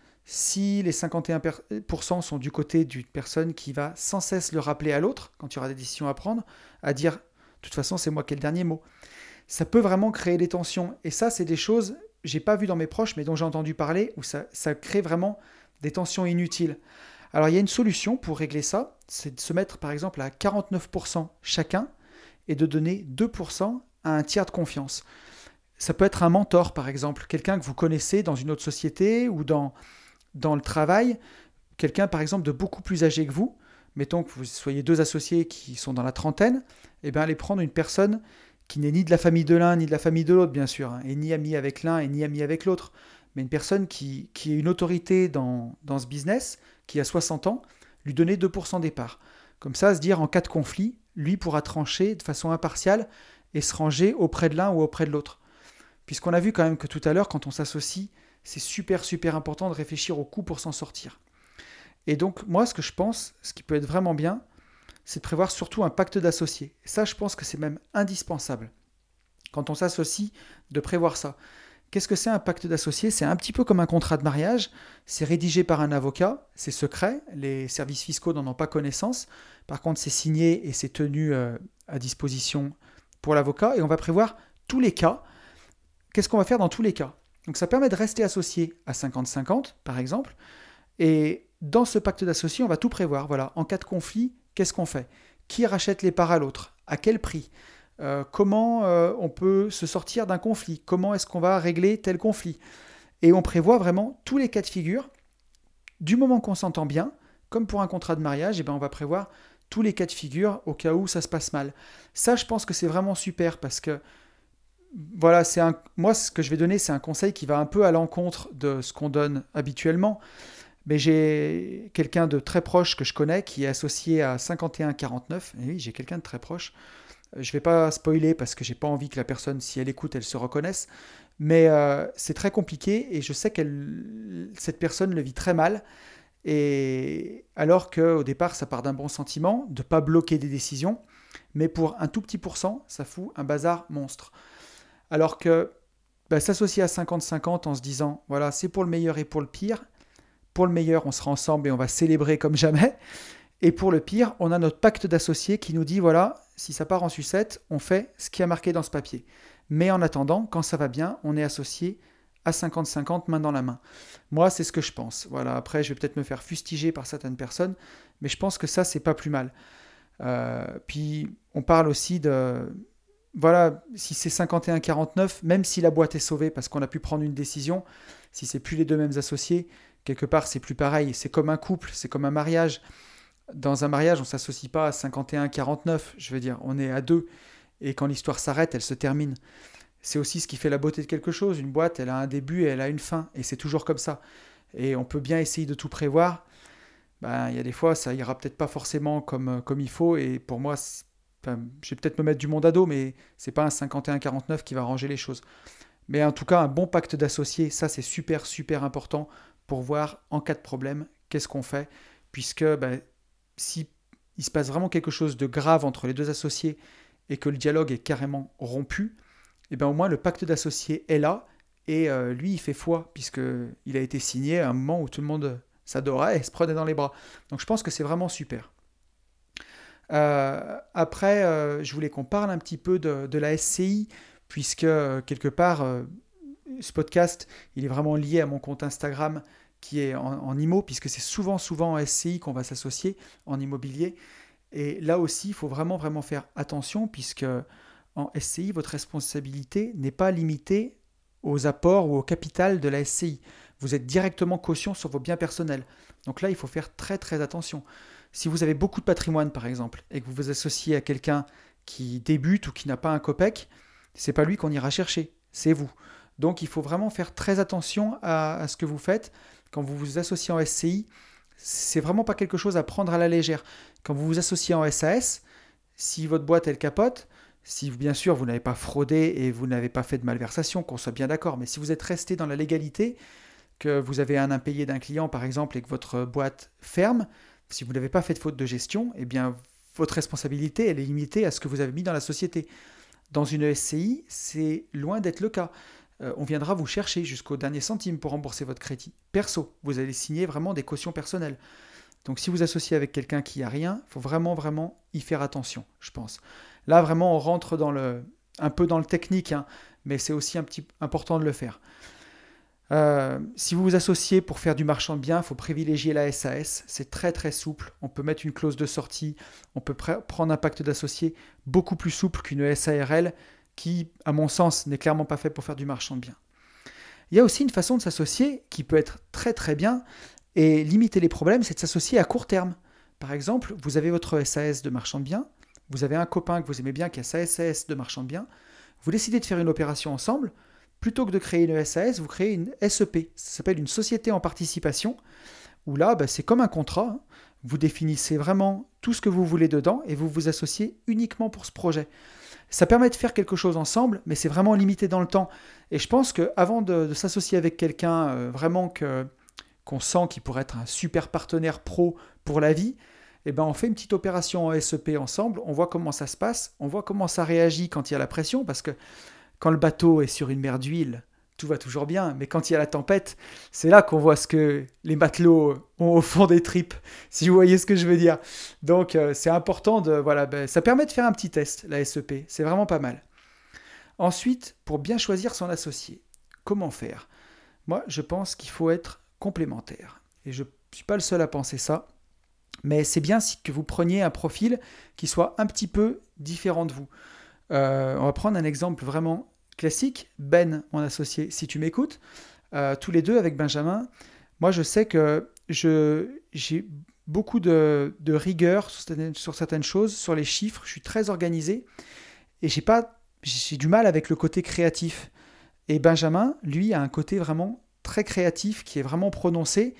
Si les cinquante et un pour cent sont du côté d'une personne qui va sans cesse le rappeler à l'autre, quand il y aura des décisions à prendre, à dire, de toute façon, c'est moi qui ai le dernier mot, ça peut vraiment créer des tensions. Et ça, c'est des choses, j'ai pas vu dans mes proches, mais dont j'ai entendu parler, où ça, ça crée vraiment des tensions inutiles. Alors, il y a une solution pour régler ça, c'est de se mettre, par exemple, à quarante-neuf pour cent chacun et de donner deux pour cent à un tiers de confiance. Ça peut être un mentor, par exemple, quelqu'un que vous connaissez dans une autre société ou dans dans le travail, quelqu'un par exemple de beaucoup plus âgé que vous, mettons que vous soyez deux associés qui sont dans la trentaine, et bien allez prendre une personne qui n'est ni de la famille de l'un ni de la famille de l'autre bien sûr, hein, et ni ami avec l'un et ni ami avec l'autre, mais une personne qui, qui est une autorité dans, dans ce business, qui a soixante ans, lui donner deux pour cent des parts. Comme ça, se dire en cas de conflit, lui pourra trancher de façon impartiale et se ranger auprès de l'un ou auprès de l'autre. Puisqu'on a vu quand même que tout à l'heure, quand on s'associe, c'est super, super important de réfléchir au coût pour s'en sortir. Et donc, moi, ce que je pense, ce qui peut être vraiment bien, c'est de prévoir surtout un pacte d'associés. Et ça, je pense que c'est même indispensable. Quand on s'associe, de prévoir ça. Qu'est-ce que c'est un pacte d'associés ? C'est un petit peu comme un contrat de mariage. C'est rédigé par un avocat, c'est secret, les services fiscaux n'en ont pas connaissance. Par contre, c'est signé et c'est tenu euh, à disposition pour l'avocat. Et on va prévoir tous les cas. Qu'est-ce qu'on va faire dans tous les cas ? Donc ça permet de rester associé à cinquante cinquante, par exemple. Et dans ce pacte d'associés, on va tout prévoir. Voilà, en cas de conflit, qu'est-ce qu'on fait ? Qui rachète les parts à l'autre ? À quel prix ? euh, Comment euh, on peut se sortir d'un conflit ? Comment est-ce qu'on va régler tel conflit ? Et on prévoit vraiment tous les cas de figure. Du moment qu'on s'entend bien, comme pour un contrat de mariage, eh ben on va prévoir tous les cas de figure au cas où ça se passe mal. Ça, je pense que c'est vraiment super parce que voilà, c'est un, moi, ce que je vais donner, c'est un conseil qui va un peu à l'encontre de ce qu'on donne habituellement. Mais j'ai quelqu'un de très proche que je connais qui est associé à cinquante et un quarante-neuf. Et oui, j'ai quelqu'un de très proche. Je ne vais pas spoiler parce que j'ai pas envie que la personne, si elle écoute, elle se reconnaisse. Mais euh, c'est très compliqué et je sais que cette personne le vit très mal. Et alors qu'au départ, ça part d'un bon sentiment, de ne pas bloquer des décisions. Mais pour un tout petit pourcent, ça fout un bazar monstre. Alors que bah, s'associer à cinquante cinquante en se disant, voilà, c'est pour le meilleur et pour le pire. Pour le meilleur, on sera ensemble et on va célébrer comme jamais. Et pour le pire, on a notre pacte d'associés qui nous dit, voilà, si ça part en sucette, on fait ce qui est marqué dans ce papier. Mais en attendant, quand ça va bien, on est associé à cinquante cinquante, main dans la main. Moi, c'est ce que je pense. Voilà, après, je vais peut-être me faire fustiger par certaines personnes, mais je pense que ça, c'est pas plus mal. Euh, puis, on parle aussi de... Voilà, si c'est cinquante et un quarante-neuf, même si la boîte est sauvée parce qu'on a pu prendre une décision, si c'est plus les deux mêmes associés, quelque part, c'est plus pareil. C'est comme un couple, c'est comme un mariage. Dans un mariage, on ne s'associe pas à cinquante et un quarante-neuf, je veux dire, on est à deux. Et quand l'histoire s'arrête, elle se termine. C'est aussi ce qui fait la beauté de quelque chose. Une boîte, elle a un début et elle a une fin. Et c'est toujours comme ça. Et on peut bien essayer de tout prévoir. Ben, il y a des fois, ça ira peut-être pas forcément comme, comme il faut. Et pour moi, enfin, je vais peut-être me mettre du monde à dos, mais c'est pas un cinquante et un quarante-neuf qui va ranger les choses. Mais en tout cas, un bon pacte d'associés, ça c'est super, super important pour voir en cas de problème, qu'est-ce qu'on fait. Puisque ben, si il se passe vraiment quelque chose de grave entre les deux associés et que le dialogue est carrément rompu, et ben au moins le pacte d'associés est là et euh, lui il fait foi puisqu'il a été signé à un moment où tout le monde s'adorait et se prenait dans les bras. Donc je pense que c'est vraiment super. Euh, après, euh, je voulais qu'on parle un petit peu de, de la S C I puisque euh, quelque part euh, ce podcast il est vraiment lié à mon compte Instagram qui est en, en I M O puisque c'est souvent souvent en S C I qu'on va s'associer en immobilier. Et là aussi, il faut vraiment, vraiment faire attention puisque en S C I, votre responsabilité n'est pas limitée aux apports ou au capital de la S C I. Vous êtes directement caution sur vos biens personnels. Donc là, il faut faire très, très attention. Si vous avez beaucoup de patrimoine, par exemple, et que vous vous associez à quelqu'un qui débute ou qui n'a pas un copec, c'est pas lui qu'on ira chercher, c'est vous. Donc il faut vraiment faire très attention à, à ce que vous faites. Quand vous vous associez en S C I, c'est vraiment pas quelque chose à prendre à la légère. Quand vous vous associez en S A S, si votre boîte elle capote, si bien sûr vous n'avez pas fraudé et vous n'avez pas fait de malversation, qu'on soit bien d'accord, mais si vous êtes resté dans la légalité, que vous avez un impayé d'un client par exemple et que votre boîte ferme, si vous n'avez pas fait de faute de gestion, eh bien votre responsabilité elle est limitée à ce que vous avez mis dans la société. Dans une S C I, c'est loin d'être le cas. Euh, on viendra vous chercher jusqu'au dernier centime pour rembourser votre crédit. Perso, vous allez signer vraiment des cautions personnelles. Donc si vous associez avec quelqu'un qui n'a rien, il faut vraiment, vraiment y faire attention, je pense. Là, vraiment, on rentre dans le, un peu dans le technique, hein, mais c'est aussi un petit, important de le faire. Euh, si vous vous associez pour faire du marchand de biens, il faut privilégier la S A S. C'est très très souple. On peut mettre une clause de sortie, on peut pr- prendre un pacte d'associé beaucoup plus souple qu'une S A R L qui, à mon sens, n'est clairement pas fait pour faire du marchand de biens. Il y a aussi une façon de s'associer qui peut être très très bien et limiter les problèmes, c'est de s'associer à court terme. Par exemple, vous avez votre S A S de marchand de biens, vous avez un copain que vous aimez bien qui a sa S A S de marchand de biens, vous décidez de faire une opération ensemble. Plutôt que de créer une S A S, vous créez une S E P. Ça s'appelle une société en participation, où là, bah, c'est comme un contrat. Hein. Vous définissez vraiment tout ce que vous voulez dedans et vous vous associez uniquement pour ce projet. Ça permet de faire quelque chose ensemble, mais c'est vraiment limité dans le temps. Et je pense qu'avant de, de s'associer avec quelqu'un euh, vraiment que, qu'on sent qu'il pourrait être un super partenaire pro pour la vie, eh ben on fait une petite opération en S E P ensemble, on voit comment ça se passe, on voit comment ça réagit quand il y a la pression, parce que quand le bateau est sur une mer d'huile, tout va toujours bien, mais quand il y a la tempête, c'est là qu'on voit ce que les matelots ont au fond des tripes, si vous voyez ce que je veux dire. Donc euh, c'est important de... Voilà, ben, ça permet de faire un petit test, la S E P, c'est vraiment pas mal. Ensuite, pour bien choisir son associé, comment faire ? Moi, je pense qu'il faut être complémentaire. Et je ne suis pas le seul à penser ça, mais c'est bien que vous preniez un profil qui soit un petit peu différent de vous. Euh, on va prendre un exemple vraiment classique. Ben, mon associé, si tu m'écoutes, euh, tous les deux avec Benjamin, moi je sais que je, j'ai beaucoup de, de rigueur sur certaines, sur certaines choses, sur les chiffres, je suis très organisé et j'ai, pas, j'ai du mal avec le côté créatif. Et Benjamin, lui, a un côté vraiment très créatif qui est vraiment prononcé.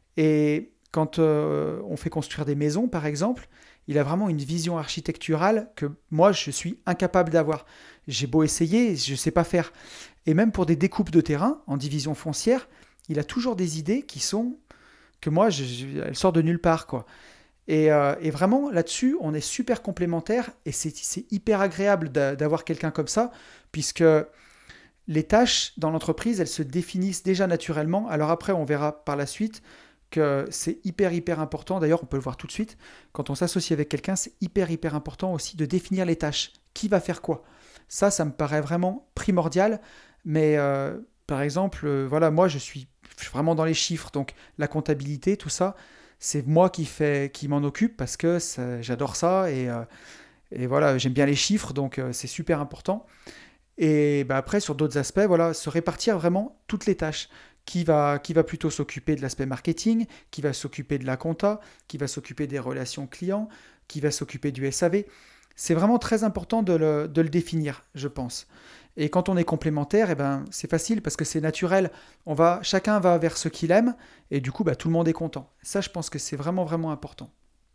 Et quand euh, on fait construire des maisons, par exemple, il a vraiment une vision architecturale que moi, je suis incapable d'avoir. J'ai beau essayer, je ne sais pas faire. Et même pour des découpes de terrain, en division foncière, il a toujours des idées qui sont... que moi, je, je, elles sortent de nulle part, quoi. Et, euh, et vraiment, là-dessus, on est super complémentaires et c'est, c'est hyper agréable d'a, d'avoir quelqu'un comme ça, puisque les tâches dans l'entreprise, elles se définissent déjà naturellement. Alors après, on verra par la suite que c'est hyper, hyper important. D'ailleurs, on peut le voir tout de suite. Quand on s'associe avec quelqu'un, c'est hyper, hyper important aussi de définir les tâches. Qui va faire quoi ? Ça, ça me paraît vraiment primordial. Mais euh, par exemple, euh, voilà, moi, je suis vraiment dans les chiffres. Donc, la comptabilité, tout ça, c'est moi qui, fait, qui m'en occupe parce que ça, j'adore ça. Et, euh, et voilà, j'aime bien les chiffres. Donc, euh, c'est super important. Et bah après, sur d'autres aspects, voilà, se répartir vraiment toutes les tâches. Qui va, qui va plutôt s'occuper de l'aspect marketing, qui va s'occuper de la compta, qui va s'occuper des relations clients, qui va s'occuper du S A V. C'est vraiment très important de le, de le définir, je pense. Et quand on est complémentaire, eh ben, c'est facile parce que c'est naturel. On va, chacun va vers ce qu'il aime et du coup, bah, tout le monde est content. Ça, je pense que c'est vraiment, vraiment important.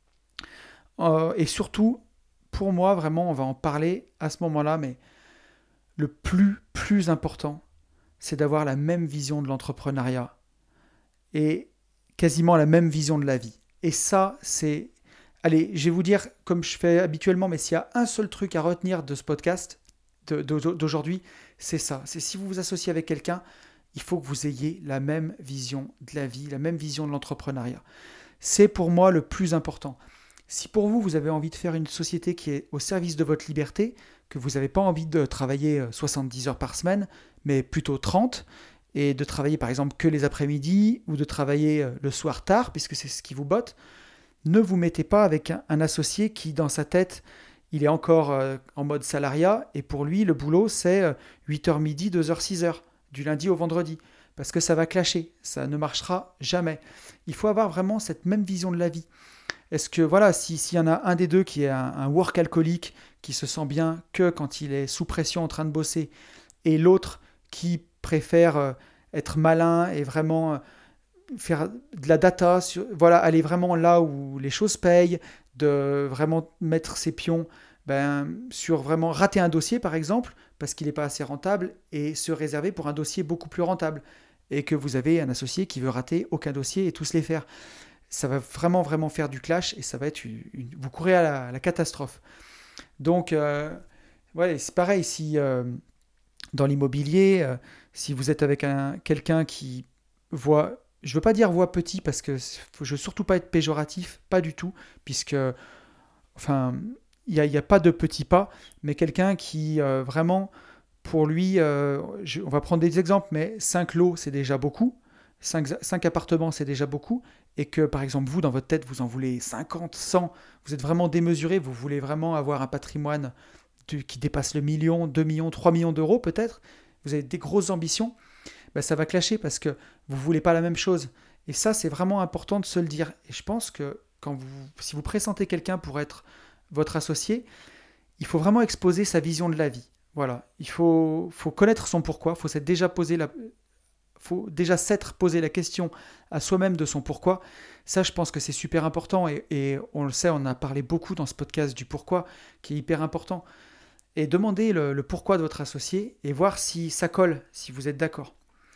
Euh, et surtout, pour moi, vraiment, on va en parler à ce moment-là, mais le plus, plus important, c'est d'avoir la même vision de l'entrepreneuriat et quasiment la même vision de la vie. Et ça, c'est... Allez, je vais vous dire, comme je fais habituellement, mais s'il y a un seul truc à retenir de ce podcast de, de, d'aujourd'hui, c'est ça. C'est si vous vous associez avec quelqu'un, il faut que vous ayez la même vision de la vie, la même vision de l'entrepreneuriat. C'est pour moi le plus important. Si pour vous, vous avez envie de faire une société qui est au service de votre liberté, que vous n'avez pas envie de travailler soixante-dix heures par semaine, mais plutôt trente, et de travailler par exemple que les après-midi, ou de travailler le soir tard, puisque c'est ce qui vous botte, ne vous mettez pas avec un, un associé qui, dans sa tête, il est encore euh, en mode salariat, et pour lui, le boulot, c'est euh, huit heures midi, deux heures six heures, du lundi au vendredi, parce que ça va clasher, ça ne marchera jamais. Il faut avoir vraiment cette même vision de la vie. Est-ce que, voilà, si, s'il y en a un des deux qui est un, un work alcoolique, qui se sent bien que quand il est sous pression en train de bosser, et l'autre qui préfère euh, être malin et vraiment euh, faire de la data, sur, voilà, aller vraiment là où les choses payent, de vraiment mettre ses pions ben, sur vraiment rater un dossier par exemple, parce qu'il n'est pas assez rentable, et se réserver pour un dossier beaucoup plus rentable, et que vous avez un associé qui veut rater aucun dossier et tous les faire. Ça va vraiment vraiment faire du clash, et ça va être une, une- vous courez à la, à la catastrophe. Donc, euh, ouais, c'est pareil, si euh, dans l'immobilier, euh, si vous êtes avec un, quelqu'un qui voit, je ne veux pas dire voit petit parce que faut- je ne veux surtout pas être péjoratif, pas du tout, puisque, enfin, il n'y a, il y a pas de petits pas, mais quelqu'un qui euh, vraiment, pour lui, euh, je- on va prendre des exemples, mais cinq lots, c'est déjà beaucoup. Cinq cinq appartements, c'est déjà beaucoup. Et que, par exemple, vous, dans votre tête, vous en voulez cinquante, cent, vous êtes vraiment démesuré, vous voulez vraiment avoir un patrimoine de- qui dépasse le million, deux millions, trois millions d'euros peut-être, vous avez des grosses ambitions, ben ça va clasher parce que vous ne voulez pas la même chose. Et ça, c'est vraiment important de se le dire. Et je pense que quand vous, si vous pressentez quelqu'un pour être votre associé, il faut vraiment exposer sa vision de la vie. Voilà, il faut, faut connaître son pourquoi, il faut s'être déjà posé la, faut déjà s'être posé la question à soi-même de son pourquoi. Ça, je pense que c'est super important, et, et on le sait, on a parlé beaucoup dans ce podcast du pourquoi, qui est hyper important. Et demandez le, le pourquoi de votre associé et voir si ça colle, si vous êtes d'accord.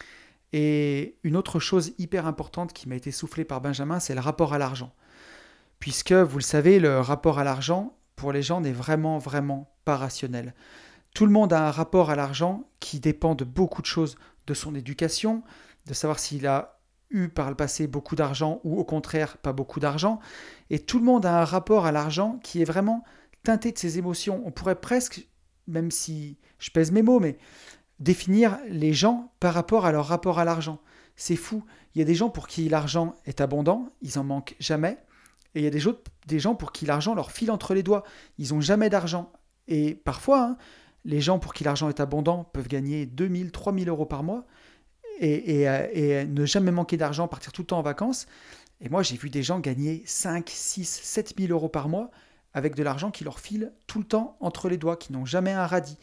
Et une autre chose hyper importante qui m'a été soufflée par Benjamin, c'est le rapport à l'argent. Puisque, vous le savez, le rapport à l'argent, pour les gens, n'est vraiment, vraiment pas rationnel. Tout le monde a un rapport à l'argent qui dépend de beaucoup de choses, de son éducation, de savoir s'il a eu par le passé beaucoup d'argent ou au contraire pas beaucoup d'argent. Et tout le monde a un rapport à l'argent qui est vraiment teinté de ses émotions. On pourrait presque, même si je pèse mes mots, mais définir les gens par rapport à leur rapport à l'argent. C'est fou. Il y a des gens pour qui l'argent est abondant, ils en manquent jamais. Et il y a des, autres, des gens pour qui l'argent leur file entre les doigts. Ils n'ont jamais d'argent. Et parfois, hein, les gens pour qui l'argent est abondant peuvent gagner deux mille, trois mille euros par mois et, et, euh, et ne jamais manquer d'argent, partir tout le temps en vacances. Et moi, j'ai vu des gens gagner cinq, six, sept mille euros par mois avec de l'argent qui leur file tout le temps entre les doigts, qui n'ont jamais un radis.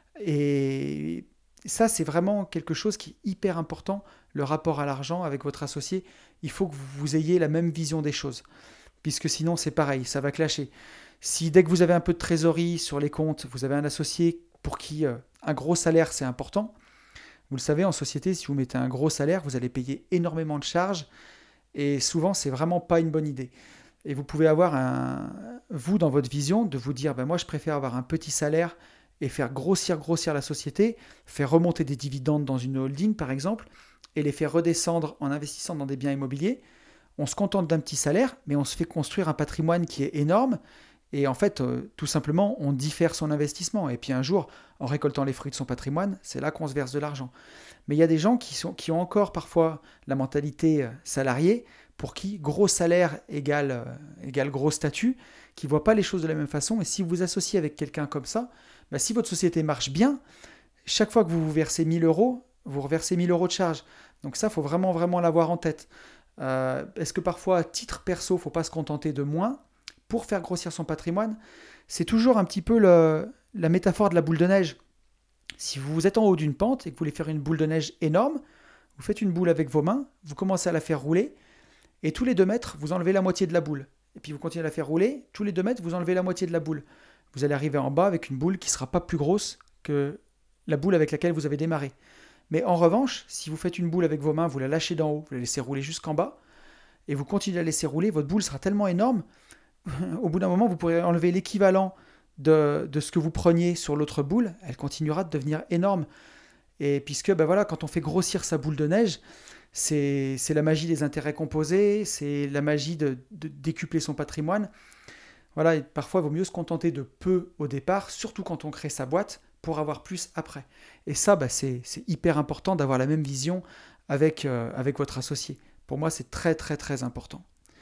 Et ça, c'est vraiment quelque chose qui est hyper important, le rapport à l'argent avec votre associé. Il faut que vous ayez la même vision des choses, puisque sinon, c'est pareil, ça va clasher. Si dès que vous avez un peu de trésorerie sur les comptes, vous avez un associé pour qui euh, un gros salaire, c'est important. Vous le savez, en société, si vous mettez un gros salaire, vous allez payer énormément de charges, et souvent, c'est vraiment pas une bonne idée. Et vous pouvez avoir un, vous dans votre vision, de vous dire, ben moi je préfère avoir un petit salaire et faire grossir, grossir la société, faire remonter des dividendes dans une holding par exemple, et les faire redescendre en investissant dans des biens immobiliers. On se contente d'un petit salaire, mais on se fait construire un patrimoine qui est énorme. Et en fait, euh, tout simplement, on diffère son investissement. Et puis un jour, en récoltant les fruits de son patrimoine, c'est là qu'on se verse de l'argent. Mais il y a des gens qui, sont, qui ont encore parfois la mentalité euh, salariée, pour qui gros salaire égale, euh, égale gros statut, qui ne voient pas les choses de la même façon. Et si vous vous associez avec quelqu'un comme ça, bah, si votre société marche bien, chaque fois que vous vous versez mille euros, vous reversez mille euros de charge. Donc ça, il faut vraiment, vraiment l'avoir en tête. Euh, est-ce que parfois, à titre perso, il ne faut pas se contenter de moins pour faire grossir son patrimoine? C'est toujours un petit peu le, la métaphore de la boule de neige. Si vous êtes en haut d'une pente et que vous voulez faire une boule de neige énorme, vous faites une boule avec vos mains, vous commencez à la faire rouler, et tous les deux mètres, vous enlevez la moitié de la boule. Et puis vous continuez à la faire rouler, tous les deux mètres, vous enlevez la moitié de la boule. Vous allez arriver en bas avec une boule qui ne sera pas plus grosse que la boule avec laquelle vous avez démarré. Mais en revanche, si vous faites une boule avec vos mains, vous la lâchez d'en haut, vous la laissez rouler jusqu'en bas, et vous continuez à la laisser rouler, votre boule sera tellement énorme, au bout d'un moment, vous pourrez enlever l'équivalent de, de ce que vous preniez sur l'autre boule, elle continuera de devenir énorme. Et puisque ben voilà, quand on fait grossir sa boule de neige, c'est, c'est la magie des intérêts composés, c'est la magie de, de décupler son patrimoine. Voilà, et parfois, il vaut mieux se contenter de peu au départ, surtout quand on crée sa boîte, pour avoir plus après. Et ça, ben c'est, c'est hyper important d'avoir la même vision avec, euh, avec votre associé. Pour moi, c'est très, très, très important.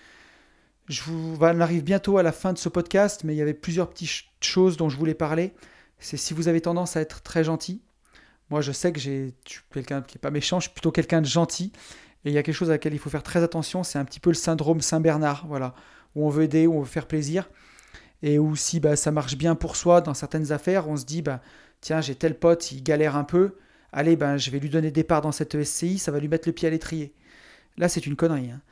Je vous, on arrive bientôt à la fin de ce podcast, mais il y avait plusieurs petites ch- choses dont je voulais parler. C'est si vous avez tendance à être très gentil. Moi, je sais que j'ai, je suis quelqu'un qui n'est pas méchant, je suis plutôt quelqu'un de gentil. Et il y a quelque chose à laquelle il faut faire très attention, c'est un petit peu le syndrome Saint-Bernard, voilà, où on veut aider, où on veut faire plaisir. Et où si bah, ça marche bien pour soi dans certaines affaires, on se dit, bah, tiens, j'ai tel pote, il galère un peu, allez, ben, je vais lui donner des parts dans cette S C I, ça va lui mettre le pied à l'étrier. Là, c'est une connerie. Hein.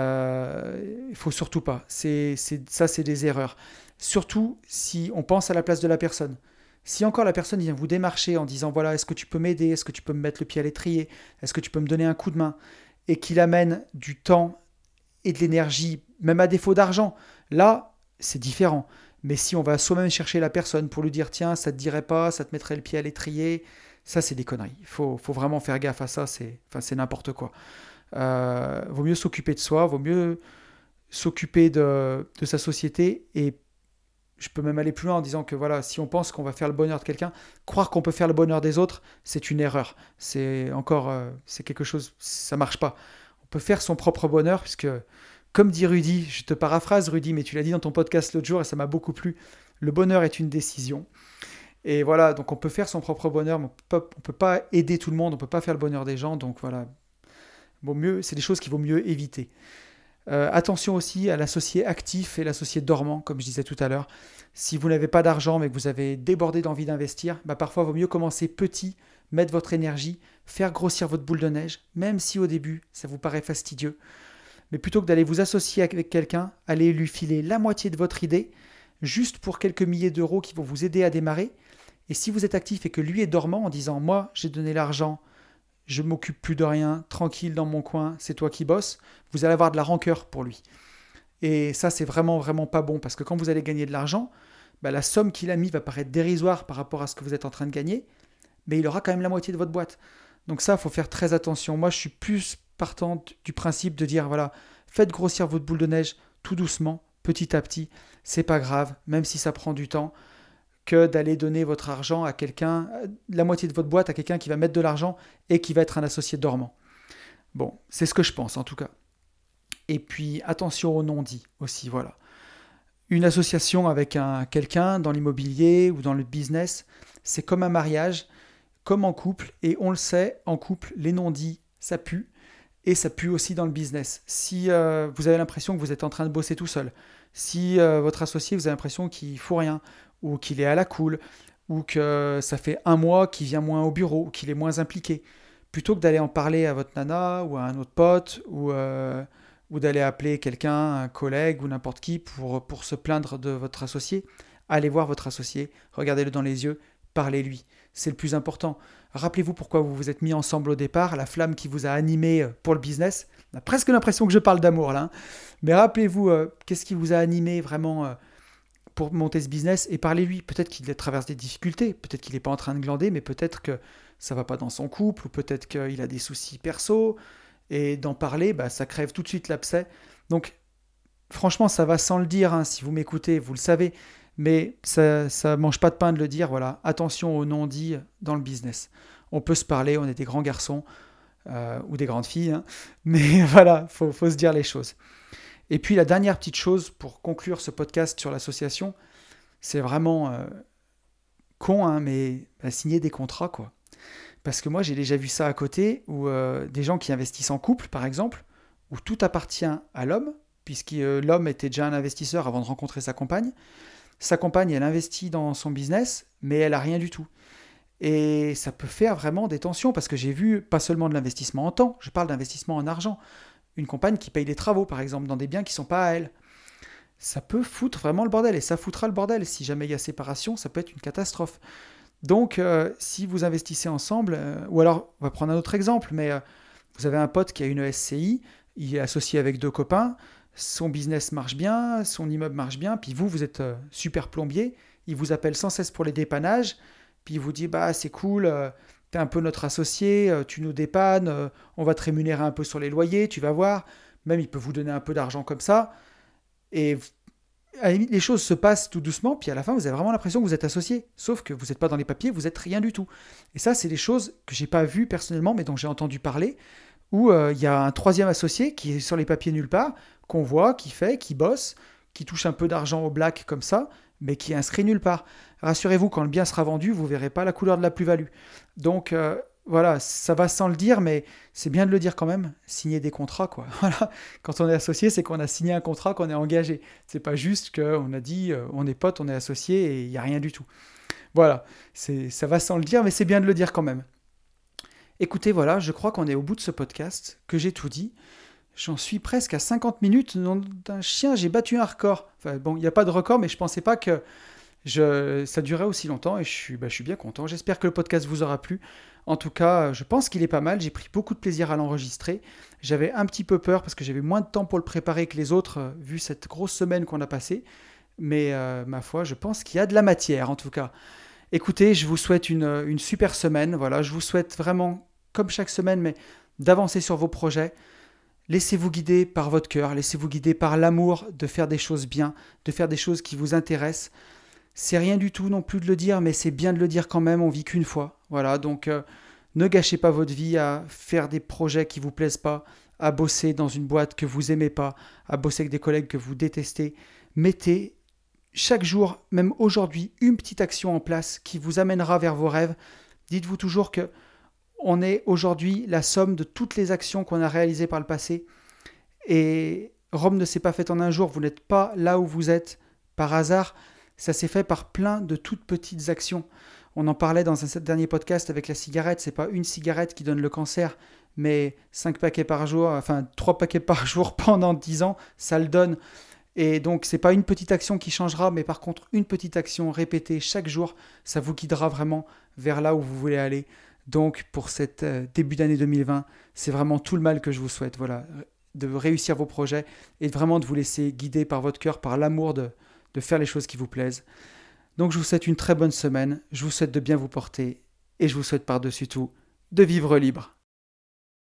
Euh, il faut surtout pas. C'est, c'est, ça, c'est des erreurs. Surtout si on pense à la place de la personne. Si encore la personne vient vous démarcher en disant voilà, est-ce que tu peux m'aider, est-ce que tu peux me mettre le pied à l'étrier, est-ce que tu peux me donner un coup de main, et qu'il amène du temps et de l'énergie, même à défaut d'argent, là, c'est différent. Mais si on va soi-même chercher la personne pour lui dire tiens, ça te dirait pas, ça te mettrait le pied à l'étrier, ça, c'est des conneries. Il faut, faut vraiment faire gaffe à ça, c'est, enfin, c'est n'importe quoi. Euh, vaut mieux s'occuper de soi, vaut mieux s'occuper de, de sa société. Et je peux même aller plus loin en disant que voilà, si on pense qu'on va faire le bonheur de quelqu'un, croire qu'on peut faire le bonheur des autres, c'est une erreur. C'est encore, euh, c'est quelque chose, ça marche pas. On peut faire son propre bonheur, puisque, comme dit Rudy, je te paraphrase Rudy, mais tu l'as dit dans ton podcast l'autre jour et ça m'a beaucoup plu, le bonheur est une décision. Et voilà, donc on peut faire son propre bonheur, mais on peut pas, on peut pas aider tout le monde, on peut pas faire le bonheur des gens, donc voilà, bon, mieux, c'est des choses qu'il vaut mieux éviter. Euh, attention aussi à l'associé actif et l'associé dormant, comme je disais tout à l'heure. Si vous n'avez pas d'argent mais que vous avez débordé d'envie d'investir, bah parfois il vaut mieux commencer petit, mettre votre énergie, faire grossir votre boule de neige, même si au début ça vous paraît fastidieux. Mais plutôt que d'aller vous associer avec quelqu'un, allez lui filer la moitié de votre idée, juste pour quelques milliers d'euros qui vont vous aider à démarrer. Et si vous êtes actif et que lui est dormant en disant « moi j'ai donné l'argent, je m'occupe plus de rien, tranquille dans mon coin, c'est toi qui bosses », vous allez avoir de la rancœur pour lui. Et ça, c'est vraiment, vraiment pas bon, parce que quand vous allez gagner de l'argent, bah, la somme qu'il a mis va paraître dérisoire par rapport à ce que vous êtes en train de gagner, mais il aura quand même la moitié de votre boîte. Donc ça, il faut faire très attention. Moi, je suis plus partant du principe de dire, voilà, faites grossir votre boule de neige tout doucement, petit à petit, c'est pas grave, même si ça prend du temps, que d'aller donner votre argent à quelqu'un, la moitié de votre boîte à quelqu'un qui va mettre de l'argent et qui va être un associé dormant. Bon, c'est ce que je pense en tout cas. Et puis attention aux non-dits aussi, voilà. Une association avec un, quelqu'un dans l'immobilier ou dans le business, c'est comme un mariage, comme en couple, et on le sait, en couple, les non-dits, ça pue, et ça pue aussi dans le business. Si euh, vous avez l'impression que vous êtes en train de bosser tout seul, si euh, votre associé, vous avez l'impression qu'il ne fout rien, ou qu'il est à la cool, ou que ça fait un mois qu'il vient moins au bureau, ou qu'il est moins impliqué, plutôt que d'aller en parler à votre nana, ou à un autre pote, ou, euh, ou d'aller appeler quelqu'un, un collègue, ou n'importe qui, pour, pour se plaindre de votre associé, allez voir votre associé, regardez-le dans les yeux, parlez-lui. C'est le plus important. Rappelez-vous pourquoi vous vous êtes mis ensemble au départ, la flamme qui vous a animé pour le business. On a presque l'impression que je parle d'amour là. Hein. Mais rappelez-vous, euh, qu'est-ce qui vous a animé vraiment euh, pour monter ce business et parlez-lui. Peut-être qu'il traverse des difficultés, peut-être qu'il n'est pas en train de glander, mais peut-être que ça ne va pas dans son couple, ou peut-être qu'il a des soucis perso. Et d'en parler, bah, ça crève tout de suite l'abcès. Donc, franchement, ça va sans le dire. Hein, si vous m'écoutez, vous le savez. Mais ça ne mange pas de pain de le dire. Voilà, attention aux non-dits dans le business. On peut se parler, on est des grands garçons euh, ou des grandes filles. Hein, mais voilà, il faut, faut se dire les choses. Et puis la dernière petite chose pour conclure ce podcast sur l'association, c'est vraiment euh, con, hein, mais bah, signer des contrats, quoi. Parce que moi, j'ai déjà vu ça à côté, où euh, des gens qui investissent en couple, par exemple, où tout appartient à l'homme, puisque euh, l'homme était déjà un investisseur avant de rencontrer sa compagne. Sa compagne, elle investit dans son business, mais elle a rien du tout. Et ça peut faire vraiment des tensions, parce que j'ai vu pas seulement de l'investissement en temps, je parle d'investissement en argent. Une compagne qui paye des travaux, par exemple, dans des biens qui ne sont pas à elle. Ça peut foutre vraiment le bordel, et ça foutra le bordel. Si jamais il y a séparation, ça peut être une catastrophe. Donc, euh, si vous investissez ensemble, euh, ou alors, on va prendre un autre exemple, mais euh, vous avez un pote qui a une S C I, il est associé avec deux copains, son business marche bien, son immeuble marche bien, puis vous, vous êtes euh, super plombier, il vous appelle sans cesse pour les dépannages, puis il vous dit, bah c'est cool, euh, t'es un peu notre associé, euh, tu nous dépannes, euh, on va te rémunérer un peu sur les loyers, tu vas voir, même il peut vous donner un peu d'argent comme ça, et à la limite, les choses se passent tout doucement, puis à la fin, vous avez vraiment l'impression que vous êtes associé. Sauf que vous n'êtes pas dans les papiers, vous n'êtes rien du tout. Et ça, c'est des choses que j'ai pas vues personnellement, mais dont j'ai entendu parler, où euh, il y a un troisième associé qui est sur les papiers nulle part, qu'on voit, qui fait, qui bosse, qui touche un peu d'argent au black comme ça, mais qui est inscrit nulle part. Rassurez-vous, quand le bien sera vendu, vous ne verrez pas la couleur de la plus-value. Donc, euh, voilà, ça va sans le dire, mais c'est bien de le dire quand même, signer des contrats, quoi. Voilà. Quand on est associé, c'est qu'on a signé un contrat, qu'on est engagé. C'est pas juste qu'on a dit, euh, on est potes, on est associé et il n'y a rien du tout. Voilà, c'est, ça va sans le dire, mais c'est bien de le dire quand même. Écoutez, voilà, je crois qu'on est au bout de ce podcast, que j'ai tout dit. J'en suis presque à cinquante minutes. Nom d'un chien, j'ai battu un record. Enfin bon, il n'y a pas de record, mais je pensais pas que je, ça durait aussi longtemps et je suis, bah, je suis bien content. J'espère que le podcast vous aura plu. En tout cas, je pense qu'il est pas mal. J'ai pris beaucoup de plaisir à l'enregistrer. J'avais un petit peu peur parce que j'avais moins de temps pour le préparer que les autres, euh, vu cette grosse semaine qu'on a passée. Mais euh, ma foi, je pense qu'il y a de la matière en tout cas. Écoutez, je vous souhaite une, une super semaine. Voilà, je vous souhaite vraiment, comme chaque semaine, mais d'avancer sur vos projets. Laissez-vous guider par votre cœur, laissez-vous guider par l'amour de faire des choses bien, de faire des choses qui vous intéressent. C'est rien du tout non plus de le dire, mais c'est bien de le dire quand même, on vit qu'une fois. Voilà, donc euh, ne gâchez pas votre vie à faire des projets qui vous plaisent pas, à bosser dans une boîte que vous aimez pas, à bosser avec des collègues que vous détestez. Mettez chaque jour, même aujourd'hui, une petite action en place qui vous amènera vers vos rêves. Dites-vous toujours que on est aujourd'hui la somme de toutes les actions qu'on a réalisées par le passé. Et Rome ne s'est pas faite en un jour. Vous n'êtes pas là où vous êtes par hasard. Ça s'est fait par plein de toutes petites actions. On en parlait dans un dernier podcast avec la cigarette. C'est pas une cigarette qui donne le cancer, mais cinq paquets par jour, enfin trois paquets par jour pendant dix ans, ça le donne. Et donc, c'est pas une petite action qui changera, mais par contre, une petite action répétée chaque jour, ça vous guidera vraiment vers là où vous voulez aller. Donc, pour cette euh, début d'année deux mille vingt, c'est vraiment tout le mal que je vous souhaite. Voilà, de réussir vos projets et vraiment de vous laisser guider par votre cœur, par l'amour de, de faire les choses qui vous plaisent. Donc, je vous souhaite une très bonne semaine. Je vous souhaite de bien vous porter et je vous souhaite par-dessus tout de vivre libre.